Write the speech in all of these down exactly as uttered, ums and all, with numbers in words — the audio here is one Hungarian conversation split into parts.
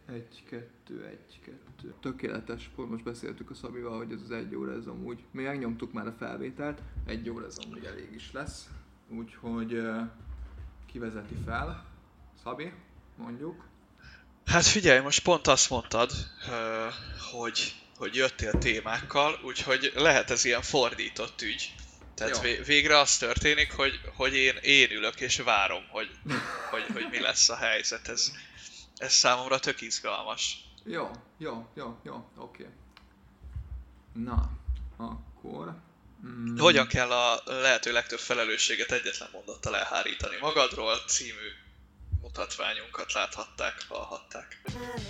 Egy, kettő, egy, kettő. Tökéletes, pont most beszéltük a Szabival, hogy ez az egy óra, ez amúgy. Mi megnyomtuk már a felvételt, egy óra ez amúgy elég is lesz. Úgyhogy uh, kivezeti fel. Szabi, mondjuk. Hát figyelj, most pont azt mondtad, hogy, hogy jöttél témákkal, úgyhogy lehet ez ilyen fordított ügy. Tehát vé- végre az történik, hogy, hogy én, én ülök és várom, hogy, hogy, hogy mi lesz a helyzet. Ez, ez számomra tök izgalmas. Jó, jó, jó, jó, oké. Okay. Na, akkor... Mm. Hogyan kell a lehető legtöbb felelősséget egyetlen mondattal elhárítani magadról című mutatványunkat láthatták, hallhatták.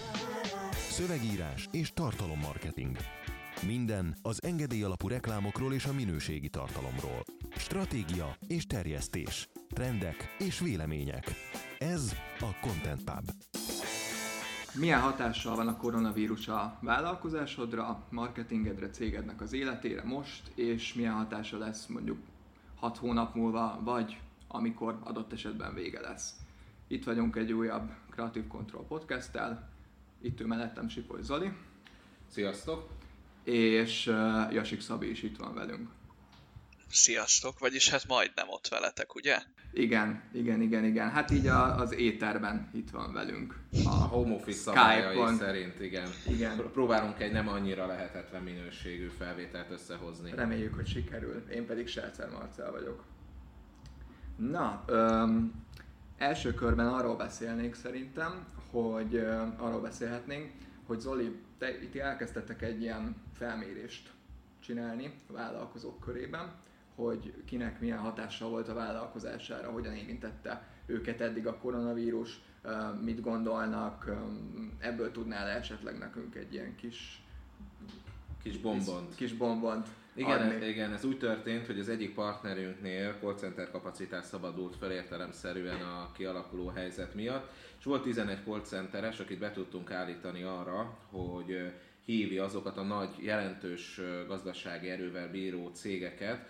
Szövegírás és tartalommarketing. Minden az engedély alapú reklámokról és a minőségi tartalomról. Stratégia és terjesztés. Trendek és vélemények. Ez a Content Pub. Milyen hatással van a koronavírus a vállalkozásodra, marketingedre, cégednek az életére most, és milyen hatása lesz mondjuk hat hónap múlva, vagy amikor adott esetben vége lesz. Itt vagyunk egy újabb Creative Control podcasttel, itt ül mellettem Sipoly Zoli. Sziasztok! És uh, Jasik Szabi is itt van velünk. Sziasztok, vagyis hát majdnem ott veletek, ugye? Igen, igen, igen, igen. Hát így a, az éterben itt van velünk. A, a home office szabályai szerint, igen. igen. Próbálunk egy nem annyira lehetetlen minőségű felvételt összehozni. Reméljük, hogy sikerül. Én pedig Seltzer Marcell vagyok. Na, öm, első körben arról beszélnék szerintem, hogy ö, arról beszélhetnénk, hogy Zoli, te itt elkezdtetek egy ilyen felmérést csinálni a vállalkozók körében, hogy kinek milyen hatással volt a vállalkozására, hogyan érintette őket eddig a koronavírus, mit gondolnak, ebből tudnál esetleg nekünk egy ilyen kis kis bombont. Kis bombont igen, igen, ez úgy történt, hogy az egyik partnerünknél call center kapacitás szabadult fel értelemszerűen a kialakuló helyzet miatt, és volt tizenegy call centeres, akit be tudtunk állítani arra, hogy hívja azokat a nagy, jelentős gazdasági erővel bíró cégeket,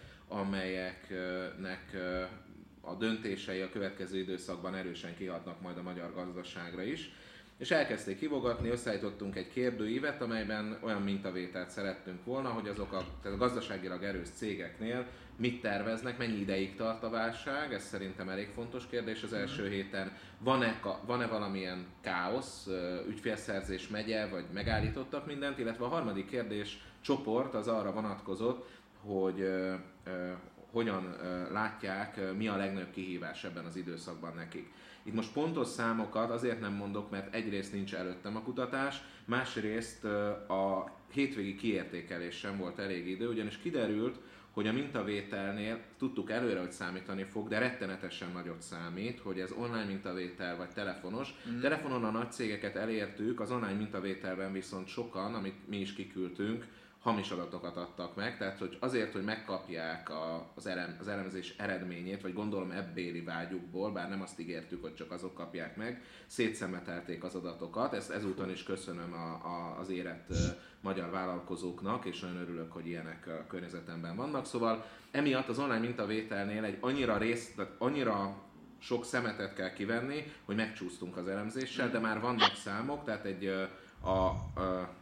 amelyeknek a döntései a következő időszakban erősen kihatnak majd a magyar gazdaságra is. És elkezdték hívogatni, összeállítottunk egy kérdőívet, amelyben olyan mintavételt szerettünk volna, hogy azok a, tehát a gazdaságilag erős cégeknél mit terveznek, mennyi ideig tart a válság, ez szerintem elég fontos kérdés az első héten. Van-e, van-e valamilyen káosz, ügyfélszerzés megye, vagy megállítottak mindent, illetve a harmadik kérdés csoport az arra vonatkozott, hogy ö, ö, hogyan ö, látják, mi a legnagyobb kihívás ebben az időszakban nekik. Itt most pontos számokat azért nem mondok, mert egyrészt nincs előttem a kutatás, másrészt ö, a hétvégi kiértékelés sem volt elég idő, ugyanis kiderült, hogy a mintavételnél tudtuk előre, hogy számítani fog, de rettenetesen nagyot számít, hogy ez online mintavétel vagy telefonos. Mm. Telefonon a nagy cégeket elértük, az online mintavételben viszont sokan, amit mi is kiküldtünk, hamis adatokat adtak meg, tehát hogy azért, hogy megkapják a, az, elem, az elemzés eredményét, vagy gondolom ebbéli vágyukból, bár nem azt ígértük, hogy csak azok kapják meg, szétszemetelték az adatokat. Ezt ezúton is köszönöm a, a, az érett uh, magyar vállalkozóknak, és nagyon örülök, hogy ilyenek a környezetemben vannak. Szóval emiatt az online mintavételnél egy annyira részt, annyira sok szemetet kell kivenni, hogy megcsúsztunk az elemzéssel, de már vannak számok, tehát egy uh, a, a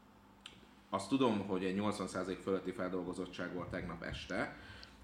azt tudom, hogy egy nyolcvan százalék fölötti feldolgozottság volt tegnap este,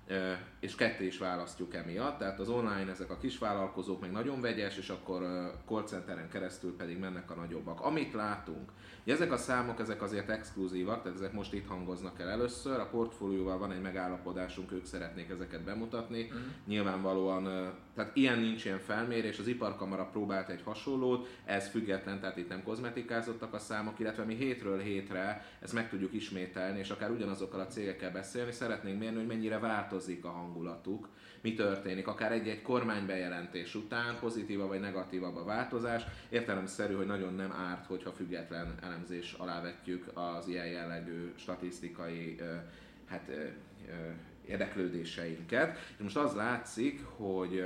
és ketté is választjuk emiatt, tehát az online ezek a kisvállalkozók meg nagyon vegyes, és akkor call centeren keresztül pedig mennek a nagyobbak. Amit látunk, hogy ezek a számok ezek azért exkluzívak, tehát ezek most itt hangoznak el először, a portfólióval van egy megállapodásunk, ők szeretnék ezeket bemutatni, mm. nyilvánvalóan, tehát ilyen nincs ilyen felmérés, az Iparkamara próbált egy hasonlót, ez független, tehát itt nem kozmetikázottak a számok, illetve mi hétről hétre ezt meg tudjuk ismételni, és akár ugyanazokkal a cégekkel beszélni, szeretnénk mérni, hogy mennyire változik a hangulatuk, mi történik, akár egy-egy kormánybejelentés után, pozitíva vagy negatívabb a változás. Értelemszerű, hogy nagyon nem árt, hogyha független elemzés alá vetjük az ilyen jellegű statisztikai hát, érdeklődéseinket. És most az látszik, hogy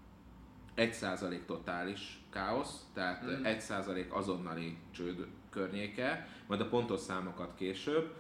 egy százalék totális káosz, tehát mm. egy százalék azonnali csőd környéke, majd a pontos számokat később.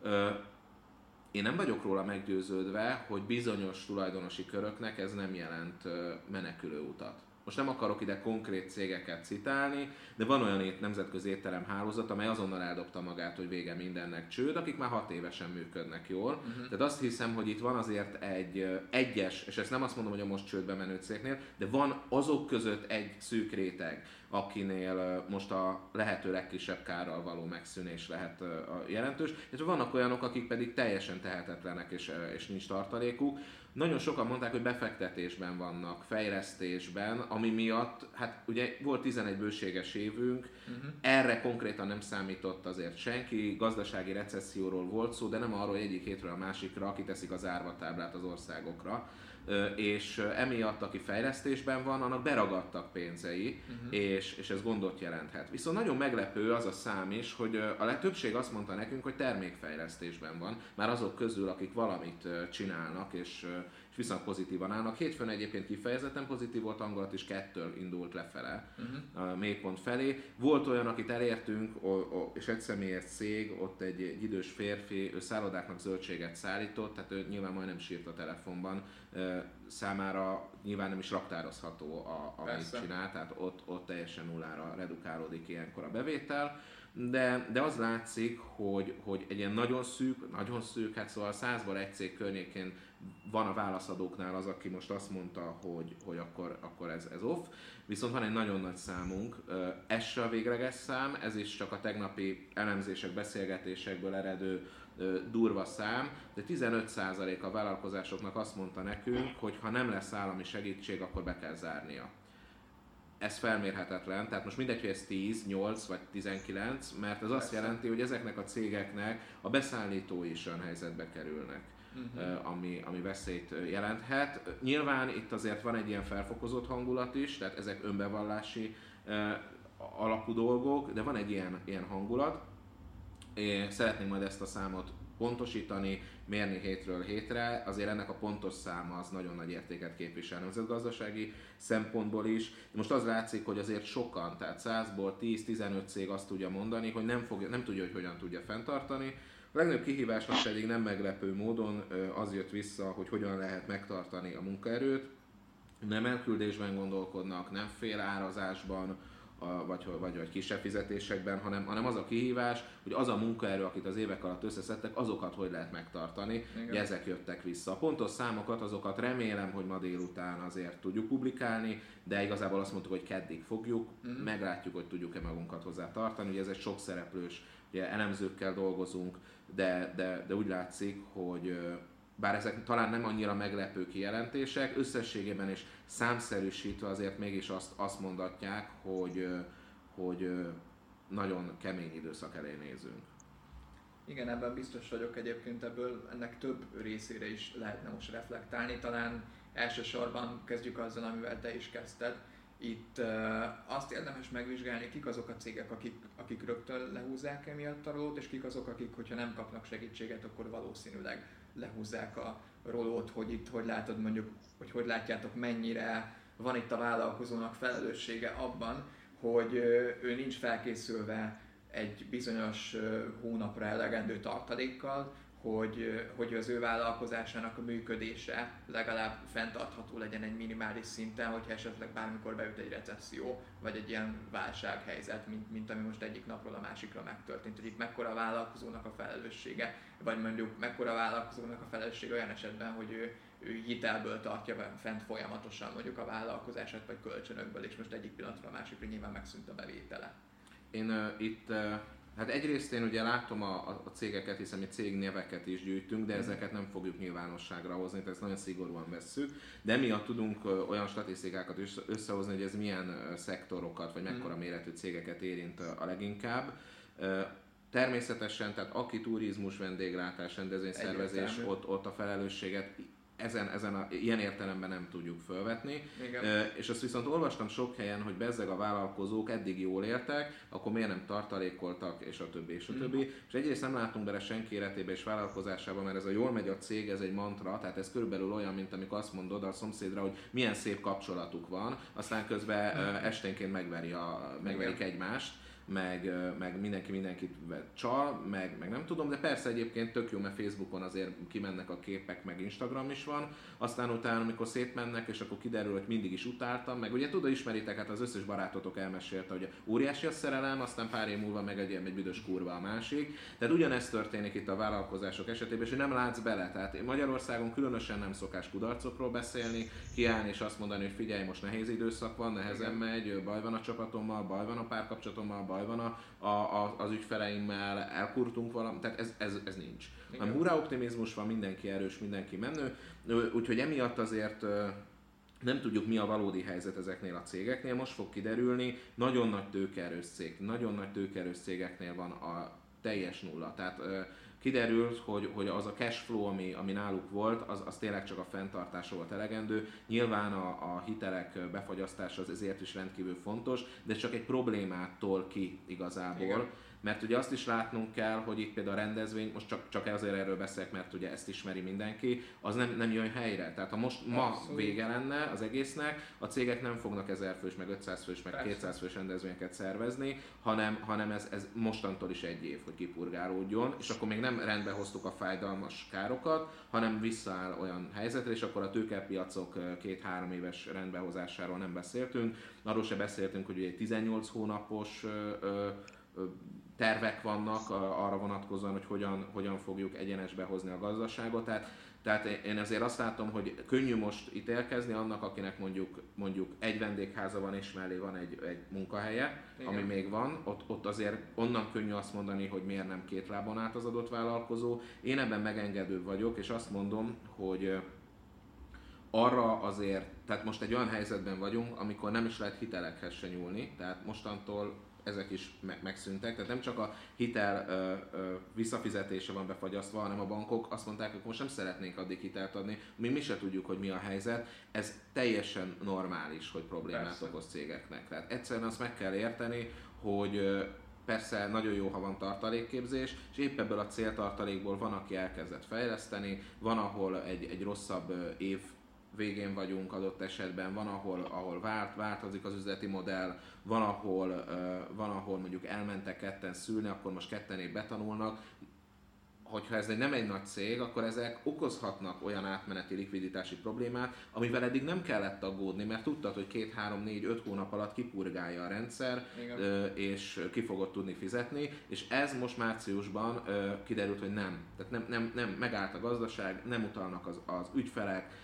Én nem vagyok róla meggyőződve, hogy bizonyos tulajdonosi köröknek ez nem jelent menekülő utat. most nem akarok ide konkrét cégeket citálni, de van olyan ét, nemzetközi étteremhálózat, amely azonnal eldobta magát, hogy vége mindennek, csőd, akik már hat évesen működnek jól. Uh-huh. Tehát azt hiszem, hogy itt van azért egy egyes, és ezt nem azt mondom, hogy a most csődbe menő cégnél, de van azok között egy szűk réteg, akinél most a lehető legkisebb kárral való megszűnés lehet a jelentős, és vannak olyanok, akik pedig teljesen tehetetlenek és, és nincs tartalékuk. Nagyon sokan mondták, hogy befektetésben vannak, fejlesztésben, ami miatt, hát ugye volt tizenegy bőséges évünk, uh-huh. erre konkrétan nem számított azért senki, gazdasági recesszióról volt szó, de nem arról, hogy egyik hétről a másikra kiteszik az árvatáblát az országokra. És emiatt, aki fejlesztésben van, annak beragadtak pénzei, uh-huh. és, és ez gondot jelenthet. Viszont nagyon meglepő az a szám is, hogy a legtöbbség azt mondta nekünk, hogy termékfejlesztésben van, már azok közül, akik valamit csinálnak, és, és viszont pozitívan állnak. Hétfőn egyébként kifejezetten pozitív volt hangulat, és kettől indult lefele, uh-huh. a mélypont felé. Volt olyan, akit elértünk, és egyszemélyes cég, ott egy, egy idős férfi, ő szállodáknak zöldséget szállított, tehát ő nyilván majdnem sírt a telefonban, számára nyilván nem is raktározható, a, amit csinál, tehát ott, ott teljesen nullára redukálódik ilyenkor a bevétel, de, de az látszik, hogy, hogy egy ilyen nagyon szűk, nagyon szűk, hát szóval százból egy cég környékén van a válaszadóknál az, aki most azt mondta, hogy, hogy akkor, akkor ez, ez off, viszont van egy nagyon nagy számunk, ez se a végleges szám, ez is csak a tegnapi elemzések, beszélgetésekből eredő durva szám, de tizenöt százalék a vállalkozásoknak azt mondta nekünk, hogy ha nem lesz állami segítség, akkor be kell zárnia. Ez felmérhetetlen, tehát most mindegy, hogy ez tíz, nyolc vagy tizenkilenc, mert ez azt jelenti, hogy ezeknek a cégeknek a beszállítói is olyan helyzetbe kerülnek, uh-huh. ami, ami veszélyt jelenthet. Nyilván itt azért van egy ilyen felfokozott hangulat is, tehát ezek önbevallási alapú dolgok, de van egy ilyen, ilyen hangulat. Én szeretném majd ezt a számot pontosítani, mérni hétről hétre, azért ennek a pontos száma az nagyon nagy értéket képvisel nemzetgazdasági szempontból is. Most az látszik, hogy azért sokan, tehát százból tíz-tizenöt cég azt tudja mondani, hogy nem, fogja, nem tudja, hogy hogyan tudja fenntartani. A legnagyobb kihívásnak pedig nem meglepő módon az jött vissza, hogy hogyan lehet megtartani a munkaerőt. Nem elküldésben gondolkodnak, nem félárazásban, Vagy, vagy, vagy kisebb fizetésekben, hanem, hanem az a kihívás, hogy az a munkaerő, akit az évek alatt összeszedtek, azokat hogy lehet megtartani, hogy ezek jöttek vissza. A pontos számokat, azokat remélem, hogy ma délután azért tudjuk publikálni, de igazából azt mondtuk, hogy keddig fogjuk, uh-huh. meglátjuk, hogy tudjuk-e magunkat hozzá tartani. Ugye ez egy sok szereplős, ugye elemzőkkel dolgozunk, de, de, de úgy látszik, hogy bár ezek talán nem annyira meglepő kijelentések, összességében és számszerűsítve azért mégis azt, azt mondatják, hogy, hogy nagyon kemény időszak elé nézünk. Igen, ebben biztos vagyok egyébként, ebből ennek több részére is lehetne most reflektálni. Talán elsősorban kezdjük azzal, amivel te is kezdted. Itt uh, azt érdemes megvizsgálni, kik azok a cégek, akik, akik rögtön lehúzzák emiatt a rolót, és kik azok, akik, hogyha nem kapnak segítséget, akkor valószínűleg lehúzzák a rolót, hogy itt, hogy látod mondjuk, hogy hogy látjátok, mennyire van itt a vállalkozónak felelőssége abban, hogy ő nincs felkészülve egy bizonyos hónapra elegendő tartalékkal, hogy, hogy az ő vállalkozásának a működése legalább fenntartható legyen egy minimális szinten, hogyha esetleg bármikor beüt egy recesszió, vagy egy ilyen válsághelyzet, mint, mint ami most egyik napról a másikra megtörtént. Hogy itt mekkora a vállalkozónak a felelőssége, vagy mondjuk mekkora a vállalkozónak a felelőssége olyan esetben, hogy ő, ő hitelből tartja fent folyamatosan mondjuk a vállalkozását, vagy kölcsönökből, és most egyik pillanatról a másikra nyilván megszűnt a bevétele. Én uh, itt uh... Hát egyrészt én ugye látom a, a cégeket, hiszen mi cégneveket is gyűjtünk, de ezeket nem fogjuk nyilvánosságra hozni, tehát ezt nagyon szigorúan vesszük. De emiatt tudunk olyan statisztikákat is összehozni, hogy ez milyen szektorokat, vagy mekkora méretű cégeket érint a leginkább. Természetesen, tehát aki turizmus, vendéglátás, rendezvényszervezés, ott, ott a felelősséget ezen, ezen a, ilyen értelemben nem tudjuk felvetni. E, és azt viszont olvastam sok helyen, hogy bezzeg a vállalkozók eddig jól éltek, akkor miért nem tartalékoltak, és a többi, és a többi. Mm. És egyrészt nem látunk bele senki életébe és vállalkozásába, mert ez a jól megy a cég, ez egy mantra, tehát ez körülbelül olyan, mint amikor azt mondod a szomszédra, hogy milyen szép kapcsolatuk van, aztán közben mm. esténként megveri a, megverik egymást. meg, meg mindenki mindenkit csal, meg, meg nem tudom, de persze egyébként tök jó, mert Facebookon azért kimennek a képek, meg Instagram is van, aztán utána, amikor szétmennek, és akkor kiderül, hogy mindig is utáltam, meg ugye tudod, ismeritek, hát az összes barátotok elmesélte, hogy óriási a szerelem, aztán pár év múlva meg egy ilyen egy büdös kurva a másik. Tehát ugyanezt történik itt a vállalkozások esetében, és hogy nem látsz bele. Tehát Magyarországon különösen nem szokás kudarcokról beszélni, kiállni és azt mondani, hogy figyelj, most nehéz időszak van, nehezen megy, baj van a csapatommal, baj van a párkapcsolatommal, baj van a, a, a, az ügyfeleimmel, elkurtunk valamit, tehát ez, ez, ez nincs. A hurrá optimizmus van, mindenki erős, mindenki menő, úgyhogy emiatt azért nem tudjuk, mi a valódi helyzet ezeknél a cégeknél, most fog kiderülni, nagyon nagy tőkeerős cég, nagyon nagy tőkeerős cégeknél van a teljes nulla, tehát kiderült, hogy, hogy az a cash flow, ami, ami náluk volt, az, az tényleg csak a fenntartásra volt elegendő. Nyilván a, a hitelek befagyasztása az ezért is rendkívül fontos, de csak egy problémától ki igazából. Igen. Mert ugye azt is látnunk kell, hogy itt például a rendezvény, most csak, csak azért erről beszélek, mert ugye ezt ismeri mindenki, az nem, nem jön helyre. Tehát ha most ma Abszolút. vége lenne az egésznek, a cégek nem fognak ezer fős, meg ötszáz fős, meg Persze. kétszáz fős rendezvényeket szervezni, hanem, hanem ez, ez mostantól is egy év, hogy kipurgálódjon, és akkor még nem rendbe hoztuk a fájdalmas károkat, hanem visszaáll olyan helyzetre, és akkor a tőkepiacok két-három éves rendbehozásáról nem beszéltünk. Arról se beszéltünk, hogy ugye egy tizennyolc hónapos ö, ö, tervek vannak arra vonatkozóan, hogy hogyan, hogyan fogjuk egyenesbe hozni a gazdaságot. Tehát, tehát én azért azt látom, hogy könnyű most ítélkezni annak, akinek mondjuk, mondjuk egy vendégháza van és mellé van egy, egy munkahelye, Igen. ami még van, ott, ott azért onnan könnyű azt mondani, hogy miért nem két lábon állt az adott vállalkozó. Én ebben megengedőbb vagyok, és azt mondom, hogy arra azért, tehát most egy olyan helyzetben vagyunk, amikor nem is lehet hitelekhez se nyúlni, tehát mostantól ezek is megszűntek, tehát nem csak a hitel ö, ö, visszafizetése van befagyasztva, hanem a bankok azt mondták, hogy most nem szeretnénk addig hitelt adni, mi mi se tudjuk, hogy mi a helyzet. Ez teljesen normális, hogy problémát Persze. okoz cégeknek. Tehát egyszerűen azt meg kell érteni, hogy ö, persze nagyon jó, ha van tartalékképzés, és épp ebből a céltartalékból van, aki elkezdett fejleszteni, van, ahol egy, egy rosszabb ö, év végén vagyunk adott esetben, van, ahol, ahol vált, változik az üzleti modell, van ahol, uh, van, ahol mondjuk elmentek ketten szülni, akkor most ketten épp betanulnak. Hogyha ez egy, nem egy nagy cég, akkor ezek okozhatnak olyan átmeneti likviditási problémát, amivel eddig nem kellett aggódni, mert tudtad, hogy két, három, négy, öt hónap alatt kipurgálja a rendszer, uh, és ki fogod tudni fizetni, és ez most márciusban uh, kiderült, hogy nem. Tehát nem, nem, nem megállt a gazdaság, nem utalnak az, az ügyfelek.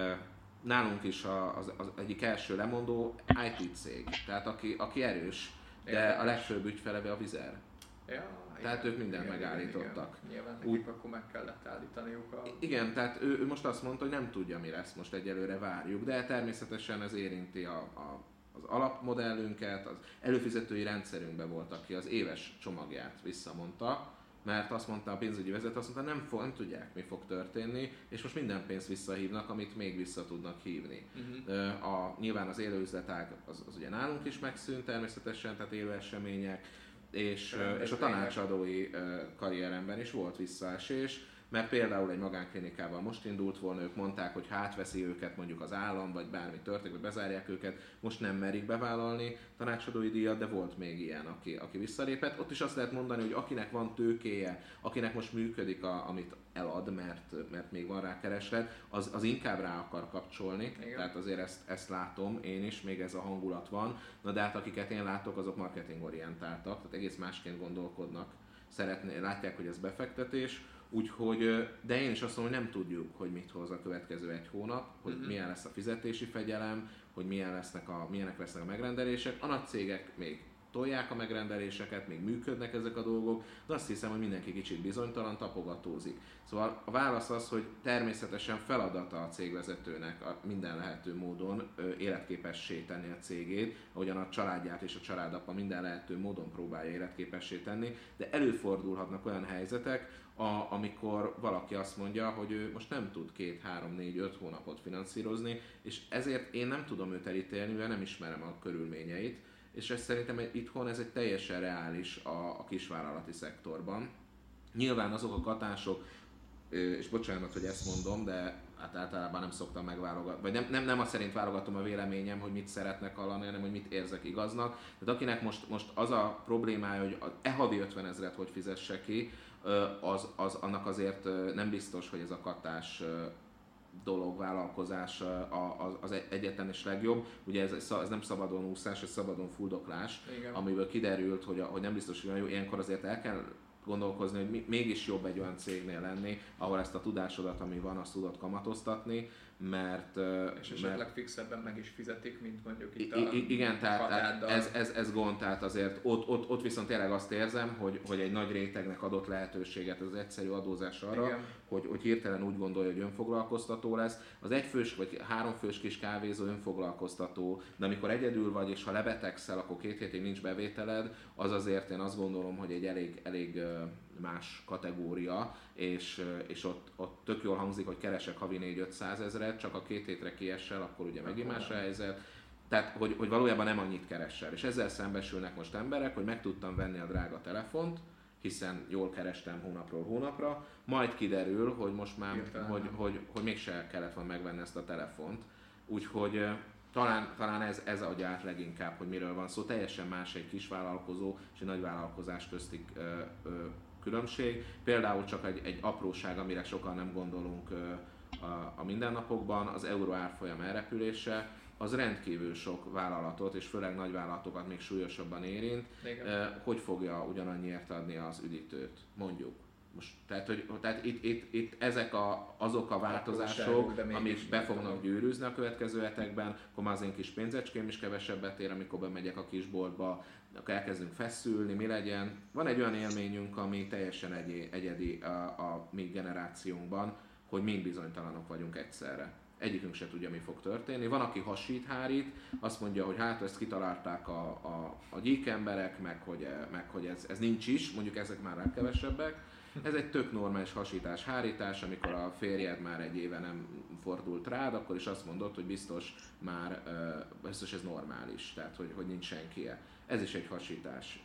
Nálunk is az, az egyik első lemondó i té cég, tehát aki, aki erős, de Érdekes. a legfőbb ügyfele a Vizer. Ja, tehát igen, ők mindent igen, megállítottak. Igen, nyilván nekik Úgy, akkor meg kellett állítaniuk a... Igen, tehát ő, ő most azt mondta, hogy nem tudja, mi lesz, most egyelőre várjuk, de természetesen ez érinti a, a, az alapmodellünket, az előfizetői rendszerünkben volt, aki az éves csomagját visszamondta, mert azt mondta a pénzügyi vezető, azt mondta, nem, fog, nem tudják, mi fog történni, és most minden pénzt visszahívnak, amit még vissza tudnak hívni. Uh-huh. A, nyilván az élőüzletág az, az ugye nálunk is megszűnt természetesen, tehát élő események, és, és a tanácsadói karrieremben is volt visszaesés, mert például egy magánklinikával most indult volna, ők mondták, hogy ha átveszi őket mondjuk az állam, vagy bármi történik, vagy bezárják őket, most nem merik bevállalni tanácsadói díjat, de volt még ilyen, aki, aki visszalépett. Ott is azt lehet mondani, hogy akinek van tőkéje, akinek most működik, a, amit elad, mert, mert még van rá kereslet, az, az inkább rá akar kapcsolni. Igen. Tehát azért ezt, ezt látom én is, még ez a hangulat van. Na de hát akiket én látok, azok marketingorientáltak, tehát egész másként gondolkodnak. Szeretné, látják, hogy ez befektetés. Úgyhogy, de én is azt mondom, hogy nem tudjuk, hogy mit hoz a következő egy hónap, hogy uh-huh. milyen lesz a fizetési fegyelem, hogy milyen lesznek a, milyenek lesznek a megrendelések. A nagy cégek még tolják a megrendeléseket, még működnek ezek a dolgok, de azt hiszem, hogy mindenki kicsit bizonytalan, tapogatózik. Szóval a válasz az, hogy természetesen feladata a cégvezetőnek a minden lehető módon ö, életképessé tenni a cégét, ahogyan a családját és a családapa minden lehető módon próbálja életképessé tenni, de előfordulhatnak olyan helyzetek, a, amikor valaki azt mondja, hogy ő most nem tud két, három, négy, öt hónapot finanszírozni, és ezért én nem tudom őt elítélni, mivel nem ismerem a körülményeit, és ez szerintem itthon ez egy teljesen reális a, a kisvállalati szektorban. Nyilván azok a katások, és bocsánat, hogy ezt mondom, de hát általában nem szoktam megválogatni, vagy nem, nem, nem azt szerint válogatom a véleményem, hogy mit szeretnek hallani, hanem hogy mit érzek igaznak. Tehát akinek most, most az a problémája, hogy e havi ötven ezret hogy fizesse ki, az, az, annak azért nem biztos, hogy ez a katás dolog, vállalkozás az egyetlen és legjobb. Ugye ez, ez nem szabadon úszás, ez szabadon fuldoklás, igen. Amiből kiderült, hogy, a, hogy nem biztos, hogy olyan jó. Ilyenkor azért el kell gondolkozni, hogy mégis jobb egy olyan cégnél lenni, ahol ezt a tudásodat, ami van, azt tudod kamatoztatni, mert... És esetleg mert, fixebben meg is fizetik, mint mondjuk itt a igen, tehát ez, ez, ez gond, tehát azért ott, ott, ott viszont tényleg azt érzem, hogy, hogy egy nagy rétegnek adott lehetőséget az egyszerű adózás arra, hogy, hogy hirtelen úgy gondolja, hogy önfoglalkoztató lesz. Az egyfős vagy háromfős kis kávézó önfoglalkoztató, de amikor egyedül vagy, és ha lebetegszel, akkor két hétig nincs bevételed, az azért én azt gondolom, hogy egy elég, elég más kategória, és, és ott, ott tök jól hangzik, hogy keresek havi négy-ötszáz ezret, csak a két hétre kiessel, akkor ugye megint más a helyzet. Tehát, hogy, hogy valójában nem annyit keresel. És ezzel szembesülnek most emberek, hogy meg tudtam venni a drága telefont, hiszen jól kerestem hónapról hónapra, majd kiderül, hogy most már, hogy, hogy, hogy, hogy mégse kellett volna megvenni ezt a telefont. Úgyhogy talán, talán ez, ez adja át leginkább, hogy miről van szó. Teljesen más egy kisvállalkozó és egy nagyvállalkozás közti ö, ö, különbség. Például csak egy, egy apróság, amire sokan nem gondolunk ö, a, a mindennapokban, az euró árfolyam elrepülése, az rendkívül sok vállalatot, és főleg nagyvállalatokat még súlyosabban érint. Igen. Hogy fogja ugyanannyiért adni az üdítőt, mondjuk. Most, tehát, hogy, tehát itt, itt, itt ezek a, azok a változások, amik be fognak gyűrűzni a következő hetekben, akkor már az én kis pénzecském is kevesebbet ér, amikor bemegyek a kisboltba, akkor elkezdünk feszülni, mi legyen. Van egy olyan élményünk, ami teljesen egy, egyedi a, a mi generációnkban, hogy mind bizonytalanok vagyunk egyszerre. Egyikünk se tudja, mi fog történni. Van, aki hasít, hárít, azt mondja, hogy hát ezt kitalálták a, a, a gyík emberek, meg hogy, meg, hogy ez, ez nincs is, mondjuk ezek már legkevesebbek. Ez egy tök normális hasítás, hárítás, amikor a férjed már egy éve nem fordult rád, akkor is azt mondod, hogy biztos már, biztos ez normális, tehát hogy, hogy nincs senkie. Ez is egy hasítás.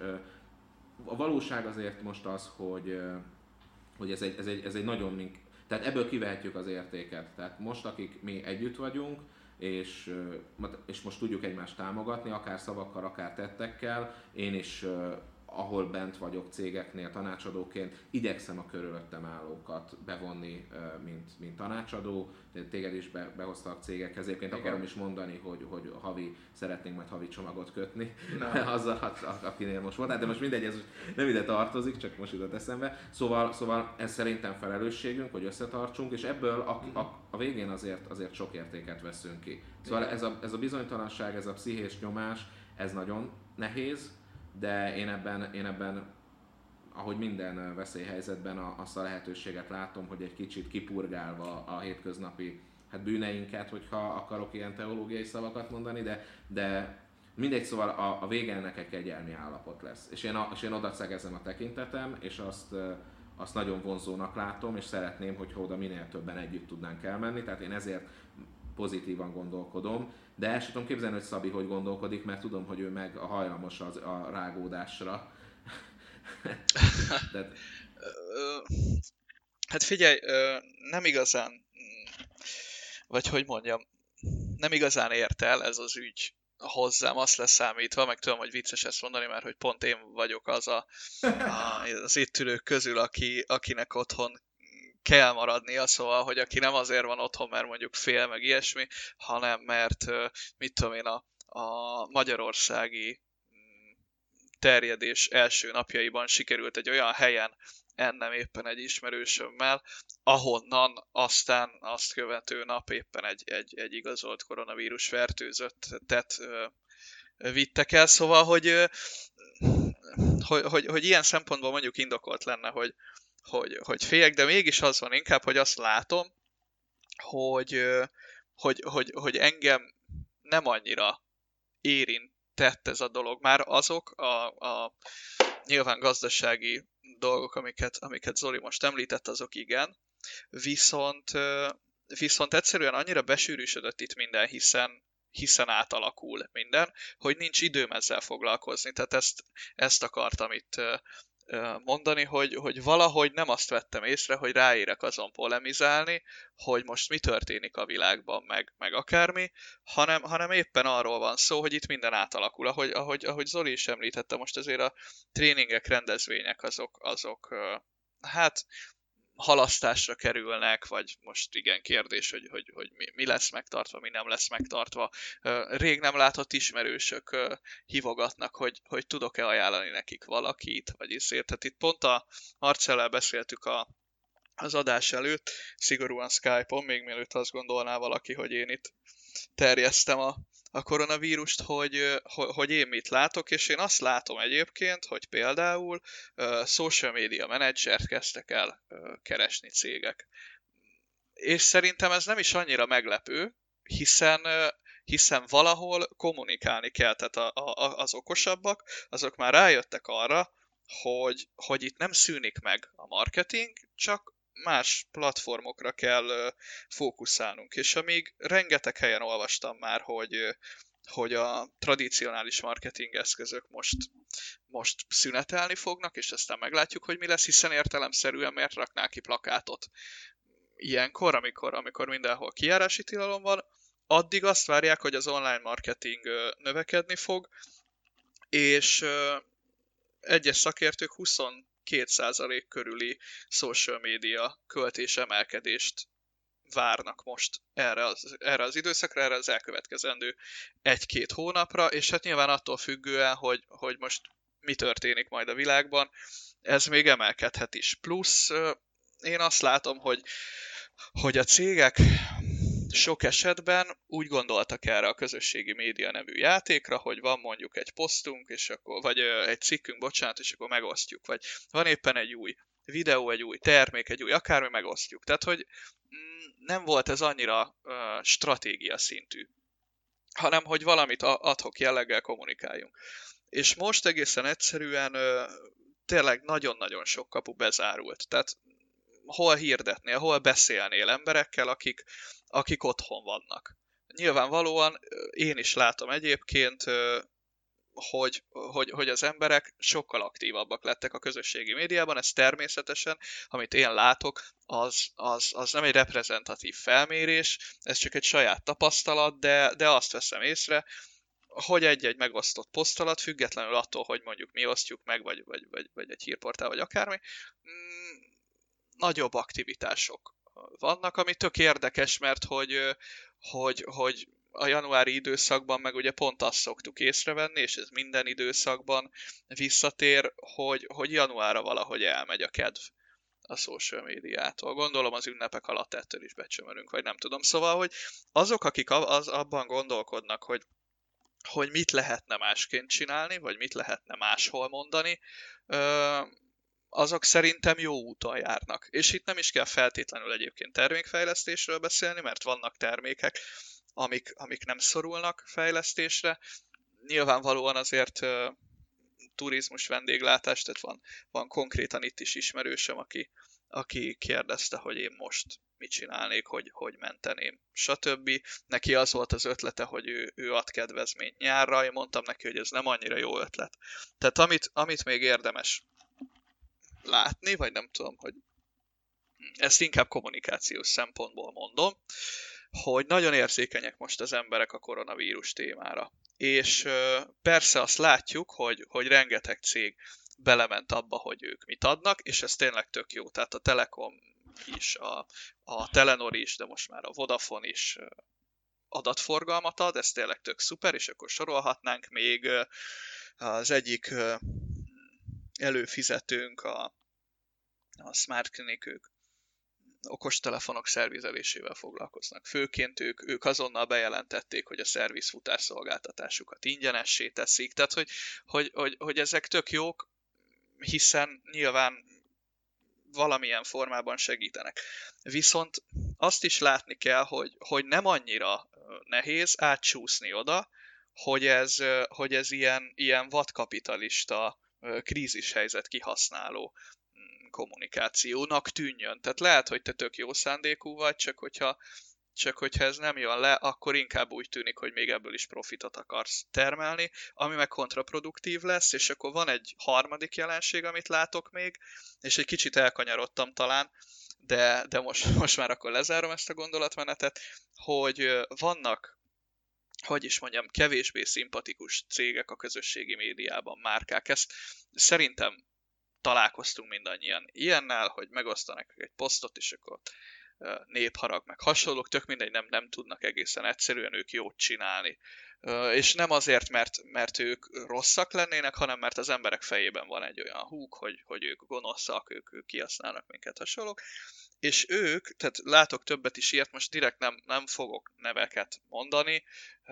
A valóság azért most az, hogy, hogy ez, egy, ez, egy, ez egy nagyon mink... Tehát ebből kivehetjük az értéket. Tehát most, akik mi együtt vagyunk, és, és most tudjuk egymást támogatni, akár szavakkal, akár tettekkel, én is, ahol bent vagyok cégeknél tanácsadóként, igyekszem a körülöttem állókat bevonni, mint, mint tanácsadó. Téged is be, behoztak cégekhez. Egyébként igen. Akarom is mondani, hogy, hogy havi, szeretnénk majd havi csomagot kötni azzal, akinél most volt. De most mindegy, ez nem ide tartozik, csak most jutott eszembe. Szóval, szóval ez szerintem felelősségünk, hogy összetartsunk, és ebből a, a, a végén azért, azért sok értéket veszünk ki. Szóval ez a, ez a bizonytalanság, ez a pszichés nyomás, ez nagyon nehéz, de én ebben, én ebben, ahogy minden veszélyhelyzetben azt a lehetőséget látom, hogy egy kicsit kipurgálva a hétköznapi hát bűneinket, hogyha akarok ilyen teológiai szavakat mondani, de, de mindegy, szóval a, a vége ennek egy kegyelmi állapot lesz. És én, a, és én oda szegezem a tekintetem, és azt, azt nagyon vonzónak látom, és szeretném, hogyha oda minél többen együtt tudnánk elmenni, tehát én ezért pozitívan gondolkodom, de el sem tudom képzelni, hogy Szabi hogy gondolkodik, mert tudom, hogy ő meg a hajlamos az, a rágódásra. De... Hát figyelj, nem igazán, vagy hogy mondjam, nem igazán ért el ez az ügy hozzám, azt leszámítva, meg tudom, hogy vicces ezt mondani, mert hogy pont én vagyok az a, a, az itt ülők közül, aki, akinek otthon kell maradnia, szóval, hogy aki nem azért van otthon, mert mondjuk fél, meg ilyesmi, hanem mert, mit tudom én, a, a magyarországi terjedés első napjaiban sikerült egy olyan helyen ennem éppen egy ismerősömmel, ahonnan aztán azt követő nap éppen egy, egy, egy igazolt koronavírus fertőzöttet vittek el, szóval, hogy, hogy, hogy, hogy ilyen szempontból mondjuk indokolt lenne, hogy Hogy, hogy féljek, de mégis az van inkább, hogy azt látom, hogy, hogy, hogy, hogy engem nem annyira érintett ez a dolog. Már azok a, a nyilván gazdasági dolgok, amiket, amiket Zoli most említett, azok igen, viszont, viszont egyszerűen annyira besűrűsödött itt minden, hiszen, hiszen átalakul minden, hogy nincs időm ezzel foglalkozni. Tehát ezt, ezt akartam itt mondani, hogy, hogy valahogy nem azt vettem észre, hogy ráérek azon polemizálni, hogy most mi történik a világban, meg, meg akármi, hanem, hanem éppen arról van szó, hogy itt minden átalakul. Ahogy, ahogy, ahogy Zoli is említette, most azért a tréningek, rendezvények azok, azok hát halasztásra kerülnek, vagy most igen kérdés, hogy, hogy, hogy mi, mi lesz megtartva, mi nem lesz megtartva. Rég nem látott ismerősök hívogatnak, hogy, hogy tudok-e ajánlani nekik valakit, vagy iszért. Tehát itt pont a Marcellel beszéltük a, az adás előtt, szigorúan Skype-on, még mielőtt azt gondolná valaki, hogy én itt terjesztem a, a koronavírust, hogy, hogy én mit látok, és én azt látom egyébként, hogy például uh, social media menedzsert kezdtek el uh, keresni cégek. És szerintem ez nem is annyira meglepő, hiszen, uh, hiszen valahol kommunikálni kell, tehát a, a, az okosabbak, azok már rájöttek arra, hogy, hogy itt nem szűnik meg a marketing, csak más platformokra kell fókuszálnunk. És amíg rengeteg helyen olvastam már, hogy, hogy a tradicionális marketing eszközök most, most szünetelni fognak, és aztán meglátjuk, hogy mi lesz, hiszen értelemszerűen miért raknál ki plakátot ilyenkor, amikor, amikor mindenhol kijárási tilalom van, addig azt várják, hogy az online marketing növekedni fog, és egyes szakértők huszonkettő százalék körüli social media költés emelkedést várnak most erre az, erre az időszakra, erre az elkövetkezendő egy-két hónapra, és hát nyilván attól függően, hogy, hogy most mi történik majd a világban, ez még emelkedhet is. Plusz én azt látom, hogy, hogy a cégek sok esetben úgy gondoltak erre a közösségi média nevű játékra, hogy van mondjuk egy posztunk, és akkor, vagy egy cikkünk, bocsánat, és akkor megosztjuk, vagy van éppen egy új videó, egy új termék, egy új akármi, megosztjuk. Tehát, hogy nem volt ez annyira uh, stratégia szintű, hanem, hogy valamit ad-hoc jelleggel kommunikáljunk. És most egészen egyszerűen uh, tényleg nagyon-nagyon sok kapu bezárult. Tehát hol hirdetnél, hol beszélnél emberekkel, akik, akik otthon vannak. Nyilvánvalóan én is látom egyébként, hogy, hogy, hogy az emberek sokkal aktívabbak lettek a közösségi médiában, ez természetesen, amit én látok, az, az, az nem egy reprezentatív felmérés, ez csak egy saját tapasztalat, de, de azt veszem észre, hogy egy-egy megosztott poszt alatt, függetlenül attól, hogy mondjuk mi osztjuk meg, vagy, vagy, vagy, vagy egy hírportál, vagy akármi, mm, nagyobb aktivitások vannak, ami tök érdekes, mert hogy, hogy, hogy a januári időszakban meg ugye pont azt szoktuk észrevenni, és ez minden időszakban visszatér, hogy, hogy januárra valahogy elmegy a kedv a social médiától. Gondolom az ünnepek alatt ettől is becsömörünk, vagy nem tudom. Szóval, hogy azok, akik az, abban gondolkodnak, hogy, hogy mit lehetne másként csinálni, vagy mit lehetne máshol mondani, azok szerintem jó úton járnak. És itt nem is kell feltétlenül egyébként termékfejlesztésről beszélni, mert vannak termékek, amik, amik nem szorulnak fejlesztésre. Nyilvánvalóan azért uh, turizmus, vendéglátás, tehát van, van konkrétan itt is ismerősöm, aki, aki kérdezte, hogy én most mit csinálnék, hogy, hogy menteném, stb. Neki az volt az ötlete, hogy ő, ő ad kedvezményt nyárra, én mondtam neki, hogy ez nem annyira jó ötlet. Tehát amit, amit még érdemes látni, vagy nem tudom, hogy ezt inkább kommunikációs szempontból mondom, hogy nagyon érzékenyek most az emberek a koronavírus témára. És persze azt látjuk, hogy, hogy rengeteg cég belement abba, hogy ők mit adnak, és ez tényleg tök jó. Tehát a Telekom is, a, a Telenor is, de most már a Vodafone is adatforgalmat ad, ez tényleg tök szuper, és akkor sorolhatnánk még az egyik előfizetőnk, a, a Smart Clinic, ők okostelefonok szervizelésével foglalkoznak. Főként ők, ők azonnal bejelentették, hogy a szervizfutás szolgáltatásukat ingyenessé teszik, tehát hogy, hogy, hogy, hogy ezek tök jók, hiszen nyilván valamilyen formában segítenek. Viszont azt is látni kell, hogy, hogy nem annyira nehéz átcsúszni oda, hogy ez, hogy ez ilyen, ilyen vadkapitalista krízishelyzet kihasználó kommunikációnak tűnjön. Tehát lehet, hogy te tök jó szándékú vagy, csak hogyha, csak hogyha ez nem jön le, akkor inkább úgy tűnik, hogy még ebből is profitot akarsz termelni, ami meg kontraproduktív lesz, és akkor van egy harmadik jelenség, amit látok még, és egy kicsit elkanyarodtam talán, de, de most, most már akkor lezárom ezt a gondolatmenetet, hogy vannak, hogy is mondjam, kevésbé szimpatikus cégek a közösségi médiában, márkák. Ezt szerintem találkoztunk mindannyian ilyennel, hogy megosztanak egy posztot, és akkor népharag, meg hasonlók, tök mindegy, nem, nem tudnak egészen egyszerűen ők jót csinálni. És nem azért, mert, mert ők rosszak lennének, hanem mert az emberek fejében van egy olyan húg, hogy, hogy ők gonoszak, ők, ők kihasználnak minket, hasonlók. És ők, tehát látok többet is ilyet, most direkt nem, nem fogok neveket mondani,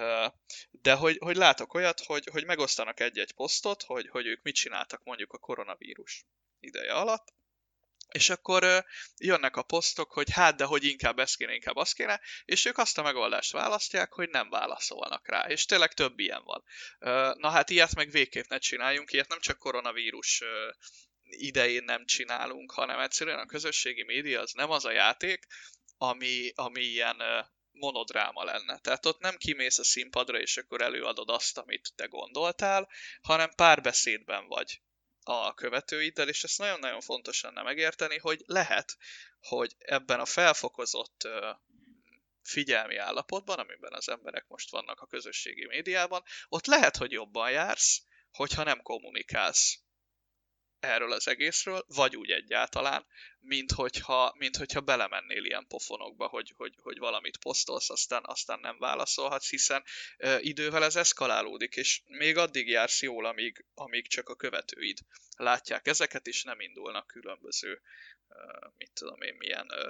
de hogy, hogy látok olyat, hogy, hogy megosztanak egy-egy posztot, hogy, hogy ők mit csináltak mondjuk a koronavírus ideje alatt, és akkor jönnek a posztok, hogy hát, de hogy inkább ez kéne, inkább az kéne, és ők azt a megoldást választják, hogy nem válaszolnak rá, és tényleg több ilyen van. Na hát ilyet meg végképp ne csináljunk, ilyet nem csak koronavírus idején nem csinálunk, hanem egyszerűen a közösségi média az nem az a játék, ami, ami ilyen monodráma lenne. Tehát ott nem kimész a színpadra, és akkor előadod azt, amit te gondoltál, hanem párbeszédben vagy a követőiddel, és ezt nagyon-nagyon fontos lenne megérteni, hogy lehet, hogy ebben a felfokozott figyelmi állapotban, amiben az emberek most vannak a közösségi médiában, ott lehet, hogy jobban jársz, hogyha nem kommunikálsz erről az egészről, vagy úgy egyáltalán, mint hogyha, mint hogyha belemennél ilyen pofonokba, hogy, hogy, hogy valamit posztolsz, aztán, aztán nem válaszolhatsz, hiszen ö, idővel ez eszkalálódik, és még addig jársz jól, amíg, amíg csak a követőid látják ezeket, és nem indulnak különböző, ö, mit tudom én, milyen ö,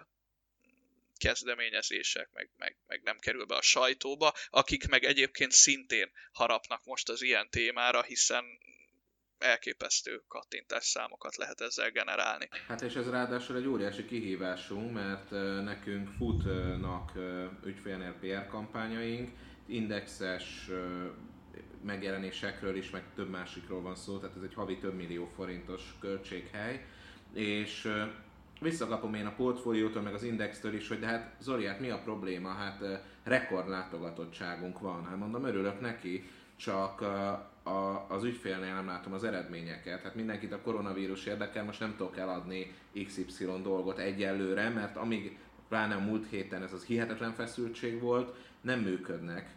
kezdeményezések, meg, meg, meg nem kerül be a sajtóba, akik meg egyébként szintén harapnak most az ilyen témára, hiszen elképesztő kattintás számokat lehet ezzel generálni. Hát és ez ráadásul egy óriási kihívásunk, mert nekünk futnak ügyfélnél pé er kampányaink, indexes megjelenésekről is, meg több másikról van szó, tehát ez egy havi több millió forintos költséghely, és visszakapom én a portfóliótól, meg az indextől is, hogy de hát Zoli, hát mi a probléma? Hát rekord látogatottságunk van. Hát mondom, örülök neki, csak a, az ügyfélnél nem látom az eredményeket. Hát mindenkit a koronavírus érdekel, most nem tudok eladni iksz ipszilon dolgot egyelőre, mert amíg pláne a múlt héten ez az hihetetlen feszültség volt, nem működnek.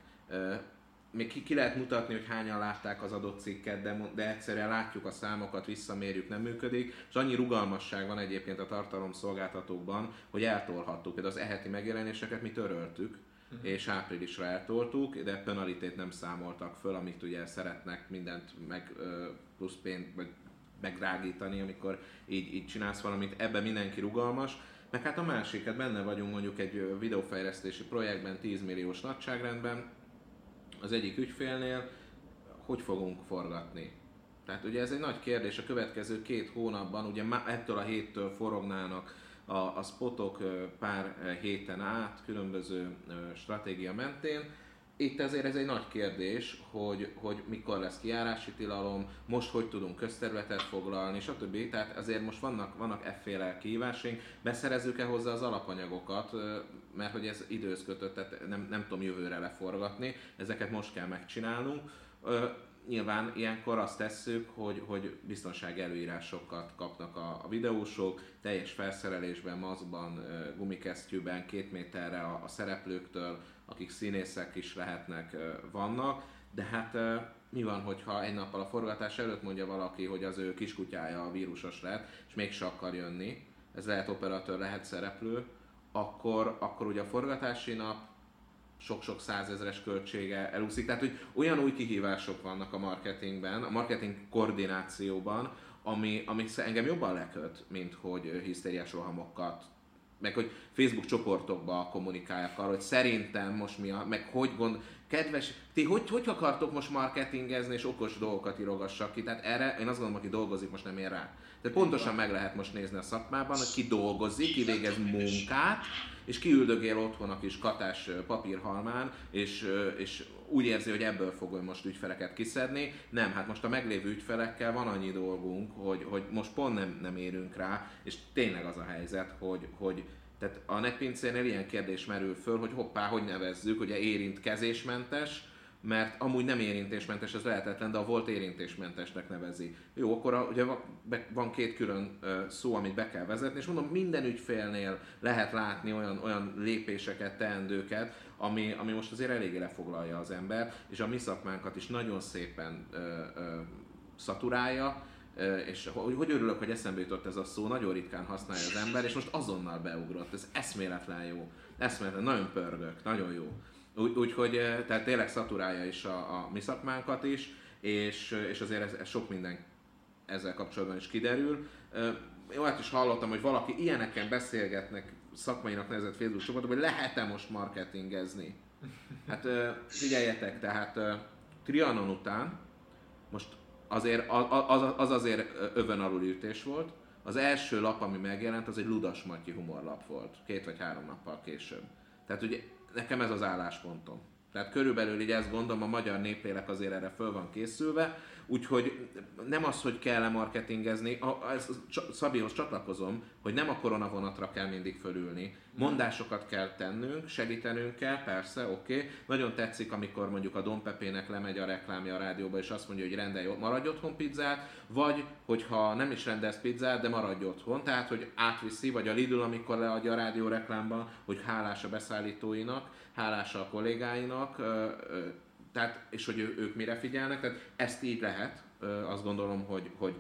Még ki, ki lehet mutatni, hogy hányan látták az adott cikket, de, de egyszerűen látjuk a számokat, visszamérjük, nem működik. És annyi rugalmasság van egyébként a tartalomszolgáltatókban, hogy eltolhattuk. Például az e-heti megjelenéseket mi töröltük, uh-huh. és áprilisra eltoltuk, de penalitét nem számoltak föl, amit ugye szeretnek mindent meg plusz pénzt megdrágítani, amikor így, így csinálsz valamit. Ebben mindenki rugalmas. Meg hát a másik, hát benne vagyunk mondjuk egy videófejlesztési projektben tíz milliós nagyságrendben, az egyik ügyfélnél, hogy fogunk forgatni. Tehát ugye ez egy nagy kérdés, a következő két hónapban, ugye ettől a héttől forognának a, a spotok pár héten át, különböző stratégia mentén. Itt azért ez egy nagy kérdés, hogy, hogy mikor lesz kijárási tilalom, most hogy tudunk közterületet foglalni, stb. Tehát azért most vannak, vannak efféle kihívásaink, beszerezzük-e hozzá az alapanyagokat, mert hogy ez időhöz kötött, tehát nem, nem tudom jövőre leforgatni, ezeket most kell megcsinálnunk. Nyilván ilyenkor azt tesszük, hogy, hogy biztonsági előírásokat kapnak a, a videósok, teljes felszerelésben, maszkban, gumikesztyűben, két méterre a, a szereplőktől, akik színészek is lehetnek, vannak, de hát mi van, hogyha egy nappal a forgatás előtt mondja valaki, hogy az ő kiskutyája a vírusos lett, és mégse akar jönni, ez lehet operatőr, lehet szereplő, akkor, akkor ugye a forgatási nap sok-sok százezres költsége elúszik. Tehát, hogy olyan új kihívások vannak a marketingben, a marketing koordinációban, ami, ami engem jobban leköt, mint hogy hisztériás rohamokat, meg hogy Facebook csoportokba kommunikálják arra, hogy szerintem most mi a, meg hogy gond, kedves, ti hogy, hogy akartok most marketingezni és okos dolgokat írogassak ki, tehát erre én azt gondolom, aki dolgozik, most nem ér rá. Tehát pontosan meg lehet most nézni a szakmában, hogy ki dolgozik, ki végez munkát, és ki üldögél otthon a kis katás papírhalmán, és, és úgy érzi, hogy ebből fog most ügyfeleket kiszedni. Nem, hát most a meglévő ügyfelekkel van annyi dolgunk, hogy, hogy most pont nem, nem érünk rá, és tényleg az a helyzet, hogy, hogy Tehát a netpincérnél ilyen kérdés merül föl, hogy hoppá, hogy nevezzük, ugye érintkezésmentes, mert amúgy nem érintésmentes, ez lehetetlen, de a volt érintésmentesnek nevezi. Jó, akkor a, ugye van két külön szó, amit be kell vezetni, és mondom, minden ügyfélnél lehet látni olyan, olyan lépéseket, teendőket, ami, ami most azért eléggé lefoglalja az ember, és a mi szakmánkat is nagyon szépen ö, ö, szaturálja, és hogy, hogy örülök, hogy eszembe jutott ez a szó, nagyon ritkán használja az ember, és most azonnal beugrott, ez eszméletlen jó, eszméletlen, nagyon pörgök, nagyon jó. Úgyhogy úgy, tehát tényleg szaturálja is a, a mi szakmánkat is, és, és azért ez, ez sok minden ezzel kapcsolatban is kiderül. Jó, hát is hallottam, hogy valaki ilyeneken beszélgetnek szakmainak nevezett Facebook csoportban, hogy lehet-e most marketingezni. Hát figyeljetek, tehát Trianon után most azért az, az azért övön alulütés volt. Az első lap, ami megjelent, az egy Ludas Matyi humorlap volt, két vagy három nappal később. Tehát ugye nekem ez az álláspontom. Tehát körülbelül így ezt gondolom, a magyar néplélek azért erre föl van készülve, úgyhogy nem az, hogy kell-e marketingezni, Szabihoz csatlakozom, hogy nem a koronavonatra kell mindig fölülni. Mondásokat kell tennünk, segítenünk kell, persze, oké. Okay. Nagyon tetszik, amikor mondjuk a Don Pepének lemegy a reklámja a rádióba, és azt mondja, hogy rendelj, maradj otthon pizzát, vagy hogyha nem is rendelsz pizzát, de maradj otthon, tehát hogy átviszi, vagy a Lidl, amikor leadja a rádió reklámban, hogy hálás a beszállítóinak, hálás a kollégáinak, tehát, és hogy ő, ők mire figyelnek, tehát ezt így lehet, azt gondolom, hogy, hogy